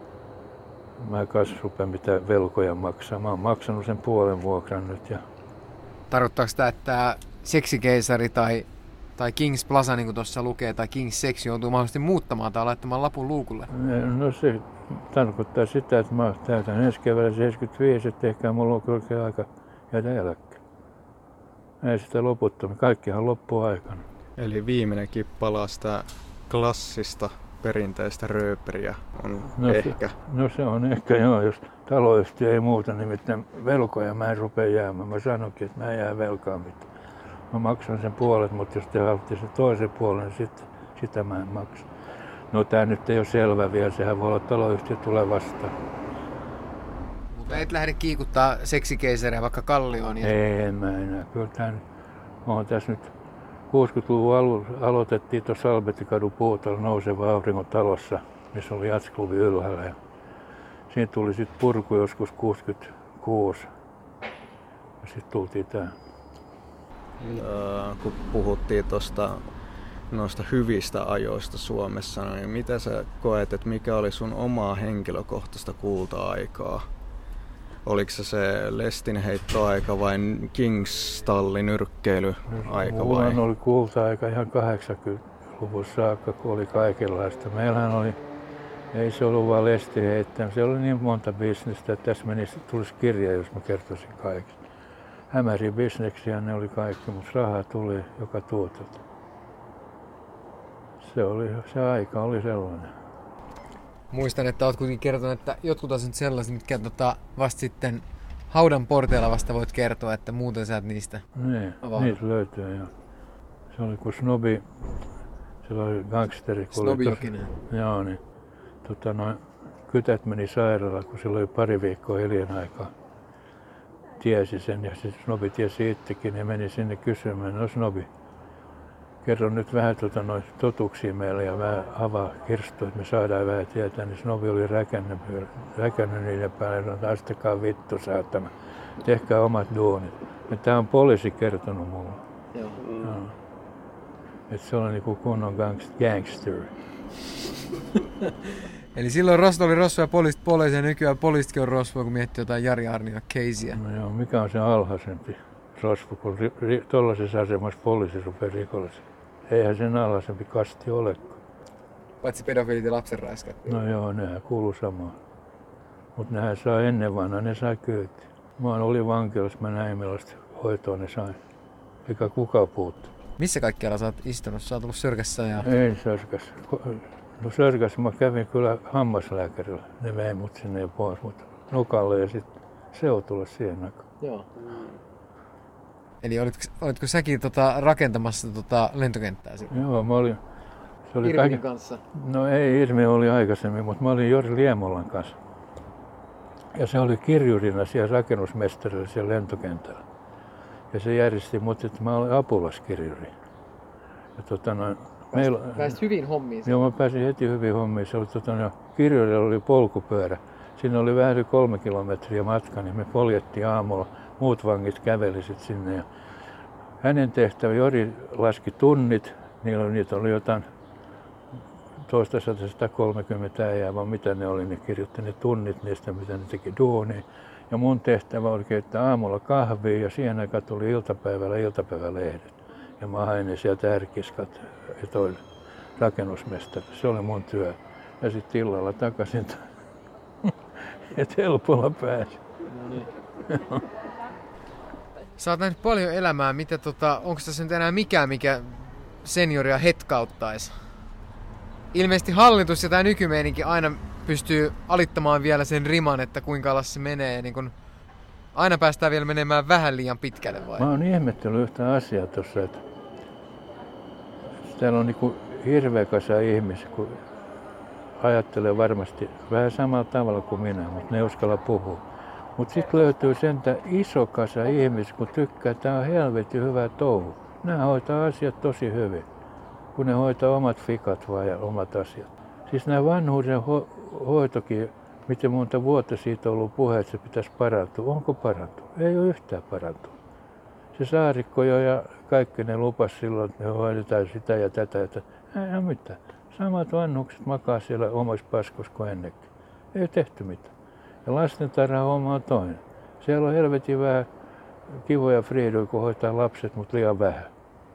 mä kanssa rupean mitään velkoja maksaa. Mä oon maksanut sen puolen vuokran nyt. Ja tarkoittaako sitä, että seksikeisari tai Kings Plaza, niin kuin tuossa lukee, tai Kings Sex joutuu mahdollisesti muuttamaan tai laittamaan lapun luukulle? No se tarkoittaa sitä, että mä täytän ensi keväällä 75, että ehkä mulla on korkea aika jäädä eläkkeelle. Ei sitä loputtomia. Kaikkihan loppuu aikana. Eli viimeinenkin palaa sitä klassista perinteistä rööperiä on ehkä. No se on ehkä joo, jos taloyhtiö ei muuta, nimittäin velkoja mä en rupea jäämään. Mä sanonkin, että mä en jää velkaa mitään. Mä maksan sen puolet, mutta jos te haluatte sen toisen puolen, niin sitä mä en maksa. No tää nyt ei ole selvä vielä, sehän voi olla, että taloyhtiö tulee vastaan. Mutta et lähde kiikuttaa seksikeisaria vaikka Kallioon? Ei, en mä enää. Kyllä oon tässä nyt 60-luvun aloitettiin tuossa Albertikadun puutolla Nouseva auringon talossa, missä oli jatsklubi ylhäällä. Ja siinä tuli sitten purku joskus 66 ja sitten tultiin tähän. Kun puhuttiin tuosta noista hyvistä ajoista Suomessa, niin mitä sä koet, että mikä oli sun omaa henkilökohtaista kulta-aikaa? Oliko se Lestin heittoaika vai Kings-tallin nyrkkeilyaika vai? Mulla oli kulta-aika ihan 80-luvun saakka, kun oli kaikenlaista. Meillähän oli, ei se ollut vaan Lestin heittämä, se oli niin monta bisnestä, että tässä tulisi kirja, jos mä kertoisin kaiken. Hämäriä bisneksiä ne oli kaikki, mutta rahaa tuli joka tuotelta. Se aika oli sellainen. Muistan, että olet kuitenkin kertonut, että jotkut on nyt sellaiset, mitkä vasta sitten haudan porteilla vasta voit kertoa, että muuten sä et niistä avaa. Niitä löytyy jo. Se oli kun Snobi, se oli gangsteri. Snobi Jokinen. Joo, niin kytät meni sairaalaan, kun sillä oli pari viikkoa elinaaikaa. Tiesi sen ja se Snobi tiesi itsekin ja meni sinne kysymään, no Snobi, kerro nyt vähän totuuksia meille ja vähän avaa kirstoa, että me saadaan vähän tietää. Niin Snobi oli räkännyt niiden päälle, että astakaa vittu saatana, tehkää omat duunit. Ja tämä on poliisi kertonut mulle. Joo. Että se oli niinku kunnon gangster. Eli silloin Rosvo oli Rosvo ja poliisi ja nykyään poliisitkin on Rosvo, kun miettii jotain Jari Arnia keisiä. No joo, mikä on se alhaisempi Rosvo, kun tuollaisessa asemassa poliisi rupeaa rikollisia. Eihän sen alhaisempi kasti olekaan. Paitsi pedofiilit ja lapsenraiskat. No joo, nehän kuuluu samaan. Mutta nehän saa ennen vanhaa, ne sai kyytiä. Mä olin vankilassa, mä näin millaista hoitoa ne sai. Eikä kukaan puuttu. Missä kaikkialla sä oot istunut? Sä oot ollut Sörkässä ja... Ei Sörkässä. No Sörkässä mä kävin kyllä hammaslääkärillä. Ne vei mut sinne jo pois, mutta Nukalle ja sitten Seutulle siihen aikaan. Joo. Eli olitko säkin rakentamassa lentokenttää silloin? Joo, mä olin... Se oli Irvinin kanssa? No ei, Irmi oli aikaisemmin, mutta mä olin Jori Liemolan kanssa. Ja se oli kirjurina siellä rakennusmestarilla siellä lentokentällä. Ja se järjesti mut, että mä olin apulaskirjuri. Ja Pääsit hyvin hommiin? Joo, mä pääsin heti hyvin hommiin. Se oli, kirjurilla oli polkupyörä. Siinä oli vähän yli 3 kilometriä matka, niin me poljettiin aamulla. Muut vangit kävelisivät sinne. Ja hänen tehtävä, Jori laski tunnit. Niitä oli jotain 130 äijää, vaan mitä ne oli, ne kirjoitti ne tunnit niistä, mitä ne teki duunia. Ja mun tehtävä oli keittää aamulla kahvia ja siihen aikaan tuli iltapäivälehdet. Ja mä hain ne sieltä Ärkiskat ja toi rakennusmestari. Se oli mun työ. Ja sitten illalla takaisin, että helpolla pääsi. No niin. Sä oot nähnyt paljon elämää. Onko tässä nyt enää mikään, mikä senioria hetkauttaisi? Ilmeisesti hallitus ja tämä nykymeininki aina pystyy alittamaan vielä sen riman, että kuinka alas se menee. Niin kun aina päästään vielä menemään vähän liian pitkälle vai? Mä oon ihmetellyt yhtä asiaa tuossa, että täällä on niinku hirveä kasa ihmisiä, kun ajattelee varmasti vähän samalla tavalla kuin minä, mutta ne ei uskalla puhua. Mutta sitten löytyy sentään iso kasa ihmisiä, kun tykkää, että tää on helvetin hyvä touhu. Nämä hoitaa asiat tosi hyvin, kun ne hoitaa omat fikat vaan ja omat asiat. Siis nämä vanhuuden hoitokin, miten monta vuotta siitä on ollut puhe, että se pitäisi parantua. Onko parantunut? Ei ole yhtään parantunut. Se Saarikko jo ja kaikki ne lupas silloin, että me hoidetaan sitä ja tätä. Ei ole mitään. Samat vanhukset makaa siellä omassa paskossa kuin ennenkin. Ei ole tehty mitään. Ja lastentarha-homma on toinen. Siellä on helvetin vähän kivoja friidoja, kun hoitaa lapset, mutta liian vähän.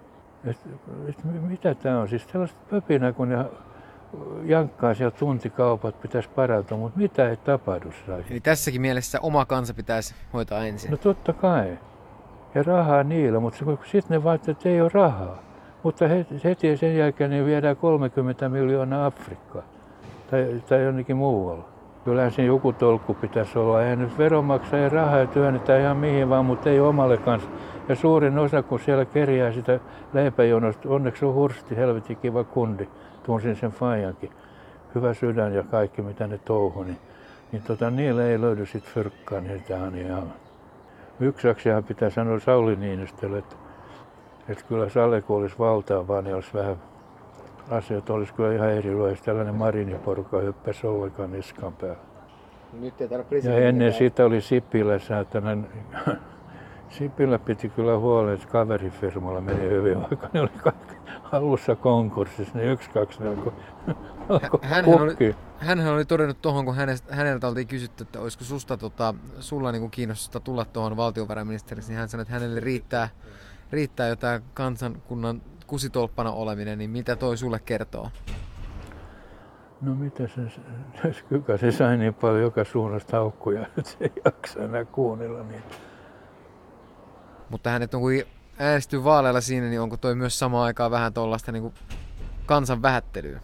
Mitä tämä on? Siis tällaista pöpinää, kun ne jankkaa siellä tuntikaupat, pitäisi parantua, mutta mitä ei tapahdu. Eli tässäkin mielessä oma kansa pitäisi hoitaa ensin? No totta kai. Ja rahaa niillä, mutta sitten ne vaatii, että ei ole rahaa. Mutta heti sen jälkeen ne viedään 30 miljoonaa Afrikkaan tai jonnekin muualla. Kyllähän siinä joku tolkku pitäisi olla. Eihän nyt veronmaksajien rahaa työnnetään ihan mihin vaan, mutta ei omalle kanssa. Ja suurin osa, kun siellä kerjää sitä leipäjonosta, onneksi on Hursti, helvetin kiva kundi. Tunsin sen faijankin. Hyvä sydän ja kaikki, mitä ne touhu. Niin niillä ei löydy sit fyrkkaa, niin tämä on ihan... Yksi asiahan pitää sanoa Sauli Niinistölle, että kyllä Salle, kun olisi valtaa, vaan niin olisi vähän... Asiat olisi kyllä ihan erilaisia. Tällainen Mariniporukka hyppäsi ollenkaan niskan päällä. Nyt ei ja ennen sitä oli Sipilä säätänän. Sipilä piti kyllä huolen, että kaverifirmalla meni hyvin, vaikka ne oli kaikki alussa konkurssissa, niin 1-2 alkoi kukkia. Hänhän oli todennut tuohon, kun häneltä oltiin kysytty, että olisiko sulla niin kiinnostusta tulla tuohon valtiovarainministeriksi, niin hän sanoi, että hänelle riittää jo tämä kansankunnan kusitolppana oleminen, niin mitä toi sulle kertoo? No mitä se sai niin paljon joka suunnasta haukkuja, että se ei jaksa enää kuunnella niitä. Mutta hänet on kuin äänestynyt vaaleilla siinä, niin onko toi myös samaan aikaan vähän tuollaista niin kansan vähättelyä?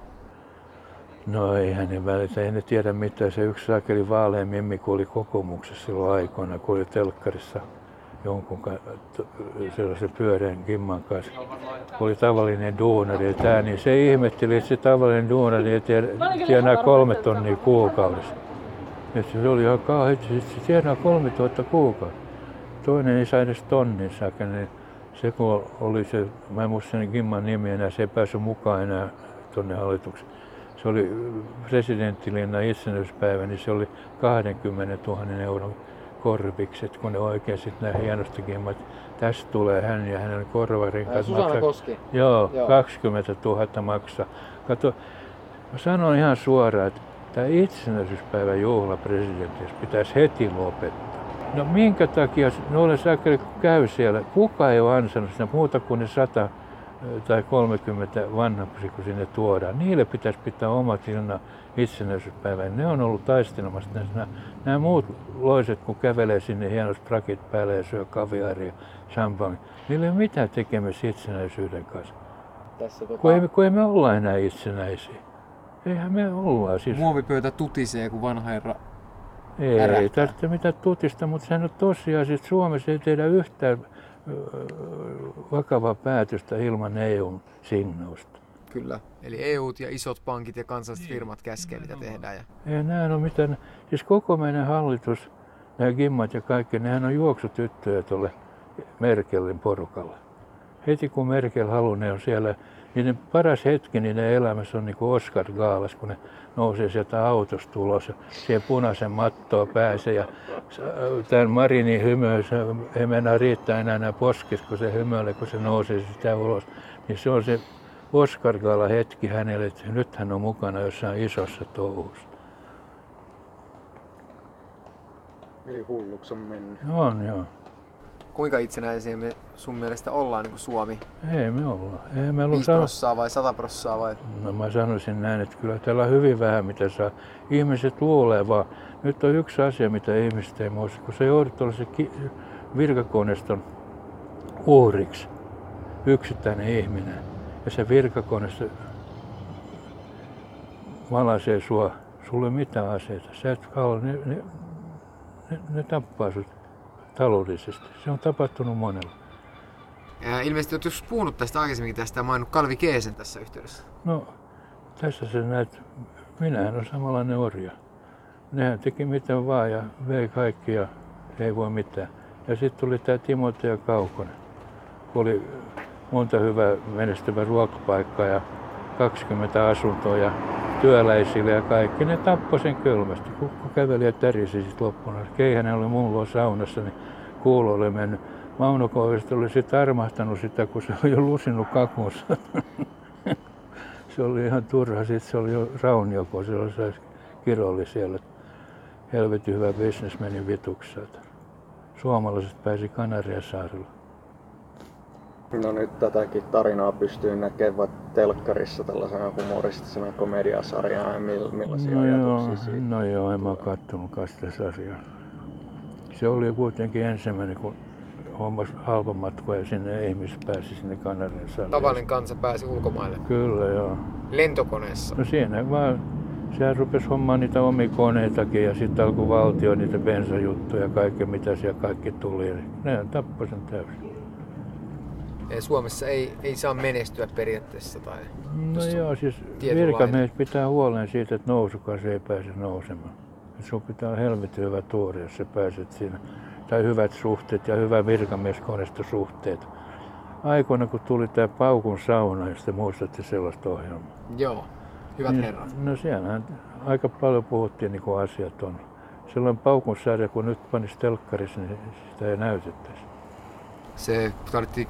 No ei hänen välitä, ei ne tiedä mitään. Se yksi saakeli vaalean mimmi, kun oli kokoomuksessa silloin aikoina, kun oli telkkarissa jonkun sellaisen pyöreän kimman kanssa. Oli tavallinen duunari. Tää, niin se ihmetteli, että se tavallinen duunari tienaa 3 tonnia kuukaudessa. Että se oli ihan kauhean, se tienaa 3 000 kuukaudessa. Toinen ei saa edes tonnin saakka, niin se kun oli se, mä en muista sen kimman nimi enää, se ei päässyt mukaan enää tuonne hallitukseen. Se oli presidenttilinnan itsenäisyyspäivä, niin se oli 20 000 euron korvikset, kun ne oikein sitten nämä hienosti kimmat. Tästä tulee hän ja hänen korvarinkat. Susanna Koski. Joo, 20 000 maksaa. Kato, mä sanon ihan suoraan, että tämä itsenäisyyspäivän juhla presidenttissä pitäisi heti lopettaa. No minkä takia noille saakeli kun käy siellä, kuka ei ole ansainnut sitä muuta kuin ne 100 tai 30 vanhempia, kun sinne tuodaan. Niille pitäisi pitää omat ilman itsenäisyyspäivän. Ne on ollut taistelemassa. Nämä muut loiset, kun kävelee sinne hienosti prakit päälle ja syö kaviaaria, champagne, niillä ei ole mitään tekemistä itsenäisyyden kanssa. Kun ei me olla enää itsenäisiä. Eihän me olla. Siis... Muovipöytä tutisee, kun vanha herra ei tarvitse mitään tutista, mutta sehän on tosiaan, että Suomessa ei tehdä yhtään vakavaa päätöstä ilman EUn signausta. Kyllä. Eli EUt ja isot pankit ja kansalliset firmat käskee, mitä tehdään. Ei näin ole mitään. Siis koko meidän hallitus, nämä gimmat ja kaikki, nehän on juoksutyttöjä tuolle Merkelin porukalle. Heti kun Merkel haluaa, ne on siellä. Niiden paras hetki niiden elämässä on niin kuin Oscar Gaalas, kun ne nousee sieltä autosta ulos ja siihen punaisen mattoon pääsee. Ja tämän Marinin hymyys, ei mennä riittää enää nämä poskit, kun se hymyilee, kun se nousee sitä ulos. Niin se on se Oscar Gaala hetki hänelle, että nyt hän on mukana jossain isossa touhussa. Eli hulluksi on mennyt. On joo. Kuinka itsenäisiä me sun mielestä ollaan niin kuin Suomi? Ei me olla. 5% vai 100% vai? No mä sanoisin näin, että kyllä täällä on hyvin vähän mitä saa. Ihmiset luulee vaan. Nyt on yksi asia, mitä ihmiset ei muista. Kun sä joudut tuollaisen virkakoneiston uhriksi, yksittäinen ihminen, ja se virkakoneisto valaisee sua, sulla ei mitään aseita. Sä et halua, ne tappaa sut taloudellisesti. Se on tapahtunut monella. Ilmeisesti olet joskus puhunut tästä aikaisemminkin tästä ja maininnut Kalvi Keesen tässä yhteydessä. No, tässä se näet, minähän on samanlainen orja. Nehän teki mitä vaan ja vei kaikki ja ei voi mitään. Ja sitten tuli tämä Timoteus Kaukonen. Oli monta hyvää menestyvää ruokapaikkaa ja 20 asuntoa ja työläisille ja kaikki. Ne tappoi sen kylmästi. Kukko käveli ja tärisi sitten loppuna. Keihänen oli mun luo saunassa, niin kuulo oli mennyt. Mauno Koivisto oli sitten armahtanut sitä, kun se oli jo lusinut kakussa. Se oli ihan turha. Sitten se oli jo raunio, kun se oli kirolli siellä. Helvetin hyvä bisnes meni vituksi. Suomalaiset pääsi Kanariasaarille. No nyt tätäkin tarinaa pystyy näkemään telkkarissa tällaisena humoristisena komediasarjana ja millaisia ajatuksia siitä? No joo, en mä kattonutkaan sitä sarjaa. Se oli kuitenkin ensimmäinen, kun hommas halpamatkoja sinne ihmiset pääsi sinne Kanariasaarille. Tavallinen kansa pääsi ulkomaille. Kyllä joo. Lentokoneessa. No siinä vaan, sehän rupesi hommaan niitä omia koneitakin ja sitten alkoi valtio niitä bensajuttuja ja kaikki mitä siellä kaikki tuli. Ne tappoi sen täysin. Suomessa ei saa menestyä periaatteessa tai... No joo, siis virkamiehet pitää huolen siitä, että nousukausi ei pääse nousemaan. Sun pitää olla helvetin hyvä tuuri, jos sä pääset siinä. Tai hyvät suhteet ja hyvä virkamieskonestosuhteet. Aikoina kun tuli tää Paukun sauna, jos te muistatte sellaista ohjelmaa. Joo, hyvät niin, herrat. No siellähän aika paljon puhuttiin niin kuin asiat on. Silloin Paukun sarja, kun nyt panisi telkkarissa, niin sitä ei näytettäisi. Se tarvittiin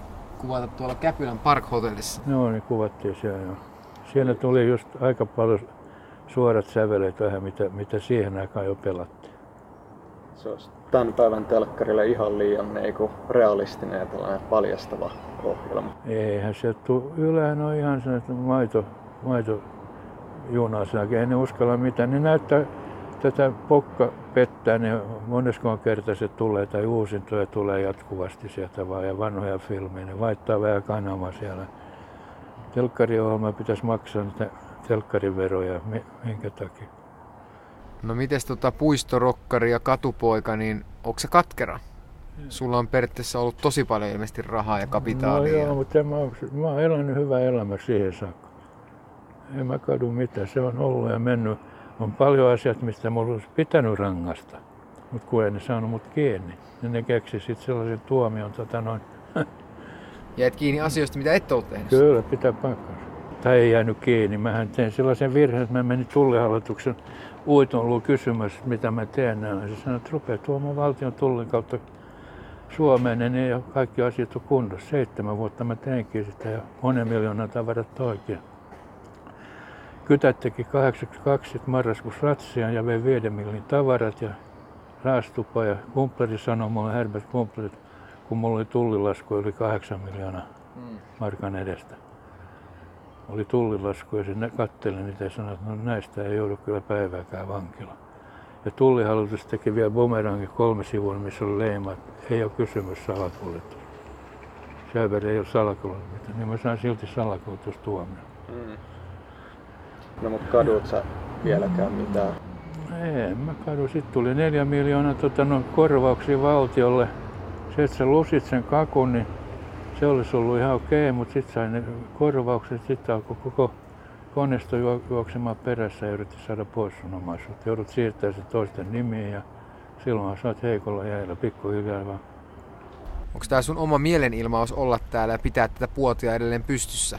kuvata tuolla Käpylän Park-hotellissa. No niin, kuvattiin siellä jo. Siellä tuli just aika paljon suorat säveleet vähän, mitä siihen aikaan jo pelattiin. Se olisi tämän päivän telkkarille ihan liian realistinen ja tällainen paljastava ohjelma. Eihän se tule. Ylehän on ihan sellainen maitojunassa, ei ne uskalla mitään. Ne näyttää tätä pokka pettää, niin monesko kerta se tulee tai uusintoja tulee jatkuvasti sieltä vaan ja vanhoja filmejä. Ne vaihtaa vähän kanavaa siellä. Telkkariohjelma pitäisi maksaa niitä telkkariveroja, minkä takia? No mites puistorokkari ja katupoika, niin onko se katkera? Sulla on periaatteessa ollut tosi paljon ilmeisesti rahaa ja kapitaalia. No joo, mutta mä oon elänyt hyvää elämää siihen saakka. En mä kadu mitään, se on ollut ja mennyt. On paljon asiat, mistä mulla olisi pitänyt rangasta, mutta kun ei ne saanut mut kiinni. Ja ne keksi sitten sellaisen tuomion, Jäit kiinni asioista, mitä et ole tehnyt? Kyllä, pitää paikkansa. Tai ei jäänyt kiinni. Mähän tein sellaisen virheen, että mä menin Tullihallituksen uitonluun kysymässä, mitä mä teen näillä. Se sanoi, että rupeaa tuomaan valtion tullin kautta Suomeen, niin ei ole kaikki asiat on kunnossa. 7 vuotta mä teinkin sitä ja monen miljoonan tavarat oikein. Kytät teki 82 marraskuussa ratsian ja vei 5 millin tavarat ja raastupa ja kumpleri sanoi mulle, Herbert Kumpleri, kun mulla oli tullilasku yli 8 miljoonaa markan edestä. Oli tullilasku ja se katteli niitä ja sanoi, että no näistä ei joudu kyllä päivääkään vankilaan. Ja Tullihallitus teki vielä bumerangin 3 sivua, missä oli leima, että ei ole kysymys salakuljetus. Schäber ei ole salakuljetus, niin mä sain silti salakuljetustuomion. No mut kadut sä vieläkään mitään? En mä kadu. Sitten tuli 4 miljoonaa korvauksia valtiolle. Se, että sä lusit sen kakun, niin se olisi ollut ihan okei, mutta sitten sain ne korvaukset. Sitten alkoi koko koneisto juoksemaan perässä ja yritti saada pois sun omaisuutta. Joudut siirtämään se toisten nimiin ja silloin sä oot heikolla jäillä pikkuhiljaa vaan. Onko tää sun oma mielenilmaus olla täällä ja pitää tätä puotia edelleen pystyssä?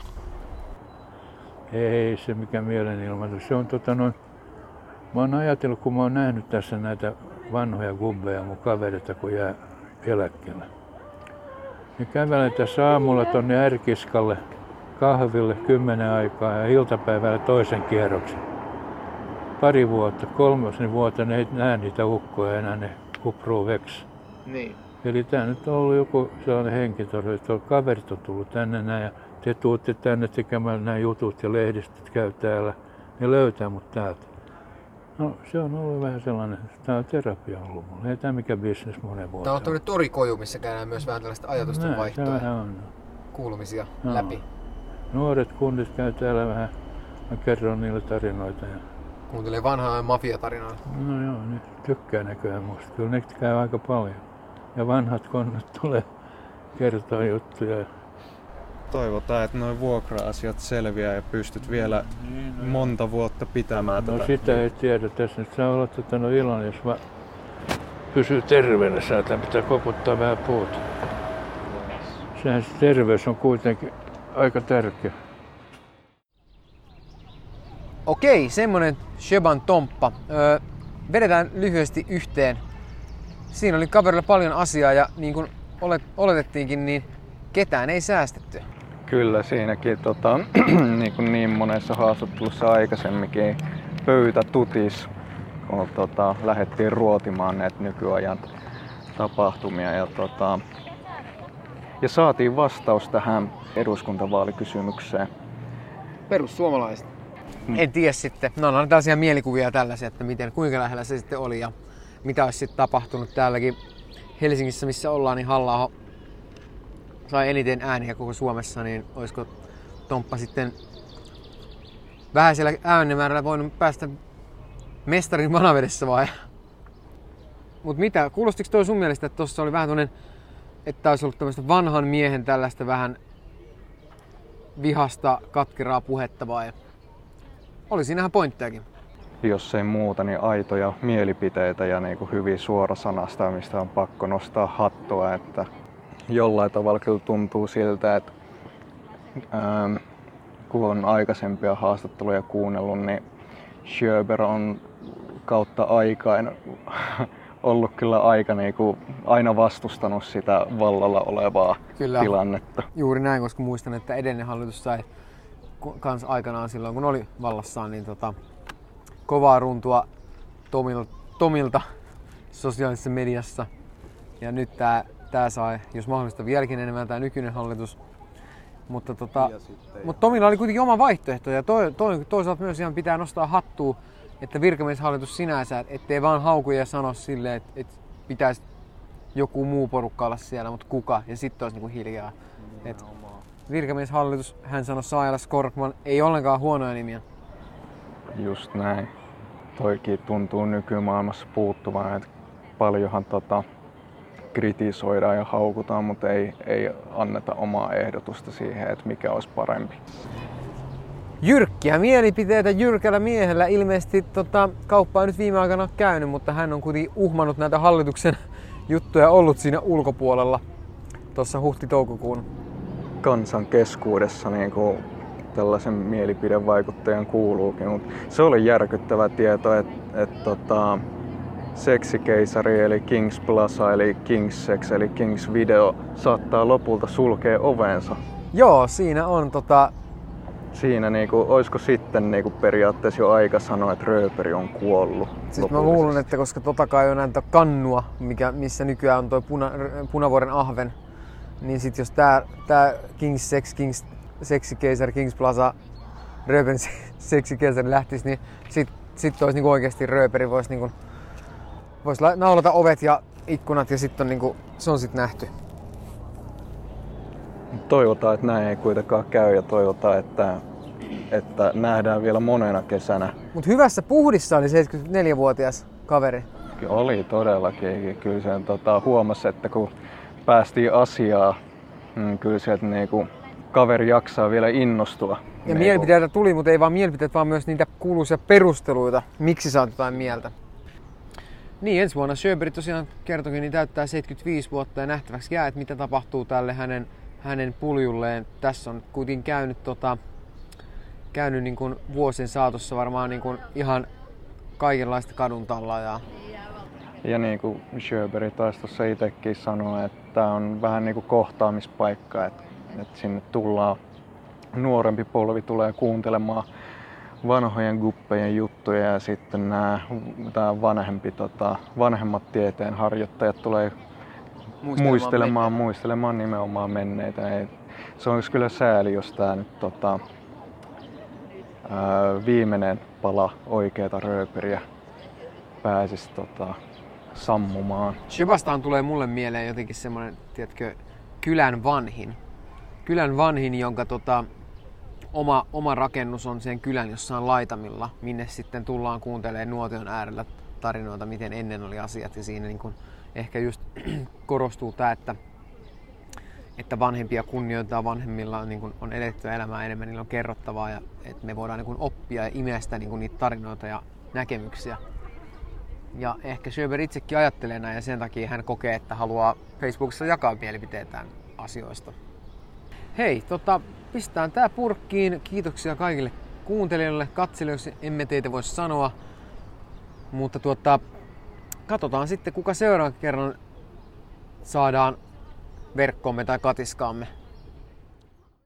Ei se mikään mielenilmaisu. Se on mä oon ajatellut, kun mä oon nähnyt tässä näitä vanhoja gubbeja mun kavereita, kun jää eläkkeelle. Niin kävelen tässä aamulla tonne Ärkiskalle kahville 10 aikaa ja iltapäivällä toisen kierroksen. 2 vuotta, 3 vuotta ne ei näe niitä ukkoja enää, ne kupruu veks. Niin. Eli tää nyt on ollut joku sellainen henkitorvi, että kaverit on tullut tänne näin ja te tuutte tänne tekemään nämä jutut ja lehdistöt käy täällä. Ne löytää mut täältä. No se on ollut vähän sellainen, tää on terapia ollut mulle. Ei tää mikään bisnes monen vuotta. Tää on tämmönen torikoju, missä käydään myös vähän tällaista ajatusten vaihtoa ja kuulumisia läpi. Nuoret kundit käy täällä vähän. Mä kerron niille tarinoita. Ja... Kuuntelee vanhaa mafiatarinoita. No joo, ne tykkää näköjään musta. Kyllä ne käy aika paljon. Ja vanhat konnat tulee kertoa juttuja. Toivotaan, että nuo vuokra-asiat selviää ja pystyt vielä monta vuotta pitämään tätä. No sitä ei tiedä. Tässä nyt saa olla iloinen, jos mä pysyy terveenä. Säätään pitää koputtaa vähän puuta. Sehän se terveys on kuitenkin aika tärkeä. Okei, semmonen Sheban tomppa. Vedetään lyhyesti yhteen. Siinä oli kaverilla paljon asiaa ja niin kuin oletettiinkin, niin ketään ei säästetty. Kyllä siinäkin niin monessa haastattelussa aikaisemminkin pöytä tutis, kun lähdettiin ruotimaan näitä nykyajan tapahtumia. Ja saatiin vastaus tähän eduskuntavaalikysymykseen. Perussuomalaiset. En tiedä sitten. No on tällaisia mielikuvia tällaisia, että kuinka lähellä se sitten oli ja mitä olisi sitten tapahtunut täälläkin Helsingissä, missä ollaan, niin Halla-aho sai eniten ääniä koko Suomessa, niin olisiko Tomppa sitten vähäisellä äänimäärällä voinut päästä mestarin vanavedessä vai? Mut mitä, kuulostiko toi sun mielestä, että tossa oli vähän toinen, että olisi ollut tämmöistä vanhan miehen tällaista vähän vihasta, katkeraa puhetta vai? Oli siinähän pointtejakin. Jos ei muuta, niin aitoja mielipiteitä ja niin kuin hyvin suorasanasta, mistä on pakko nostaa hattua. Että jollain tavalla kyllä tuntuu siltä, että kun on aikaisempia haastatteluja kuunnellut, niin Schäber on kautta aikain ollut kyllä aika niinku aina vastustanut sitä vallalla olevaa tilannetta. Juuri näin, koska muistan, että edellinen hallitus sai kans aikanaan silloin, kun oli vallassaan, niin kovaa runtua Tomilta sosiaalisessa mediassa. Ja nyt tää sai, jos mahdollista, vieläkin enemmän tää nykyinen hallitus. Mutta Tomilla oli kuitenkin oma vaihtoehto ja toisaalta myös ihan pitää nostaa hattua, että virkamieshallitus sinänsä, ettei vaan haukuja sano silleen, että pitäisi joku muu porukka olla siellä, mutta kuka, ja sitten olisi niinku hiljaa. Virkamieshallitus, hän sanoi Sailas, Korkman, ei ollenkaan huonoja nimiä. Just näin. Toikin tuntuu nykymaailmassa puuttuvan, että paljonhan kritisoidaan ja haukutaan, mutta ei anneta omaa ehdotusta siihen, että mikä olisi parempi. Jyrkkiä mielipiteitä jyrkällä miehellä. Ilmeisesti kauppaa ei nyt viime aikana ole käynyt, mutta hän on kuitenkin uhmannut näitä hallituksen juttuja ollut siinä ulkopuolella tuossa huhti-toukokuun. Kansan keskuudessa niin kuin tällaisen mielipidevaikuttajan kuuluukin, mutta se oli järkyttävä tieto, että seksikeisari eli Kings Plaza eli Kings Sex eli Kings Video saattaa lopulta sulkea ovensa. Joo, siinä on Siinä olisiko sitten periaatteessa jo aika sanoa, että rööperi on kuollut. Siis mä luulen, että koska kai on näitä kannua, missä nykyään on toi Punavuoren ahven, niin sit jos tää Kings Sex, Kings Seksikeisari, Kings Plaza, rööperin seksikeisari lähtisi, niin sit olisi oikeesti rööperi vois naulata ovet ja ikkunat ja sit on se on sit nähty. Toivotaan, että näin ei kuitenkaan käy ja toivotaan, että nähdään vielä monena kesänä. Mut hyvässä puhdissa oli 74-vuotias kaveri. Oli todellakin. Kyllä se huomasi, että kun päästiin asiaan, kyllä sieltä kaveri jaksaa vielä innostua. Ja mielipiteitä tuli, mutta ei vaan mielipiteitä, vaan myös niitä kuuluisia perusteluita, miksi sä oot jotain mieltä. Niin, ensi vuonna Sjöberg tosiaan kertokin, niin täyttää 75 vuotta ja nähtäväksi jää, että mitä tapahtuu tälle hänen puljulleen. Tässä on kuitenkin käynyt niin kuin vuosien saatossa varmaan niin kuin ihan kaikenlaista kaduntallaa. Ja niin kuin Sjöberg taisi tuossa itsekin sanoa, että tämä on vähän niin kuin kohtaamispaikka, että sinne nuorempi polvi tulee kuuntelemaan vanhojen guppejen juttuja ja sitten tämä vanhemmat tieteenharjoittajat tulee muistelemaan nimenomaan menneitä. Se olisi kyllä sääli, jos tämä nyt viimeinen pala oikeata rööperiä pääsisi sammumaan. Sjöbastaan tulee mulle mieleen jotenkin semmoinen, tiedätkö, kylän vanhin, jonka oma rakennus on sen kylän jossain laitamilla, minne sitten tullaan kuuntelemaan nuotion äärellä tarinoita, miten ennen oli asiat. Ja siinä niin kun ehkä just korostuu tämä, että vanhempia kunnioitetaan, vanhemmilla on, niin kun on elettyä elämää enemmän, niillä on kerrottavaa ja että me voidaan niin kun oppia ja imestä niin kun niitä tarinoita ja näkemyksiä. Ja ehkä Sjöberg itsekin ajattelee näin ja sen takia hän kokee, että haluaa Facebookissa jakaa mielipiteetään asioista. Hei, pistetään tää purkkiin. Kiitoksia kaikille kuuntelijoille, katselijoille, emme teitä voi sanoa. Mutta katsotaan sitten, kuka seuraavan kerran saadaan verkkoomme tai katiskaamme.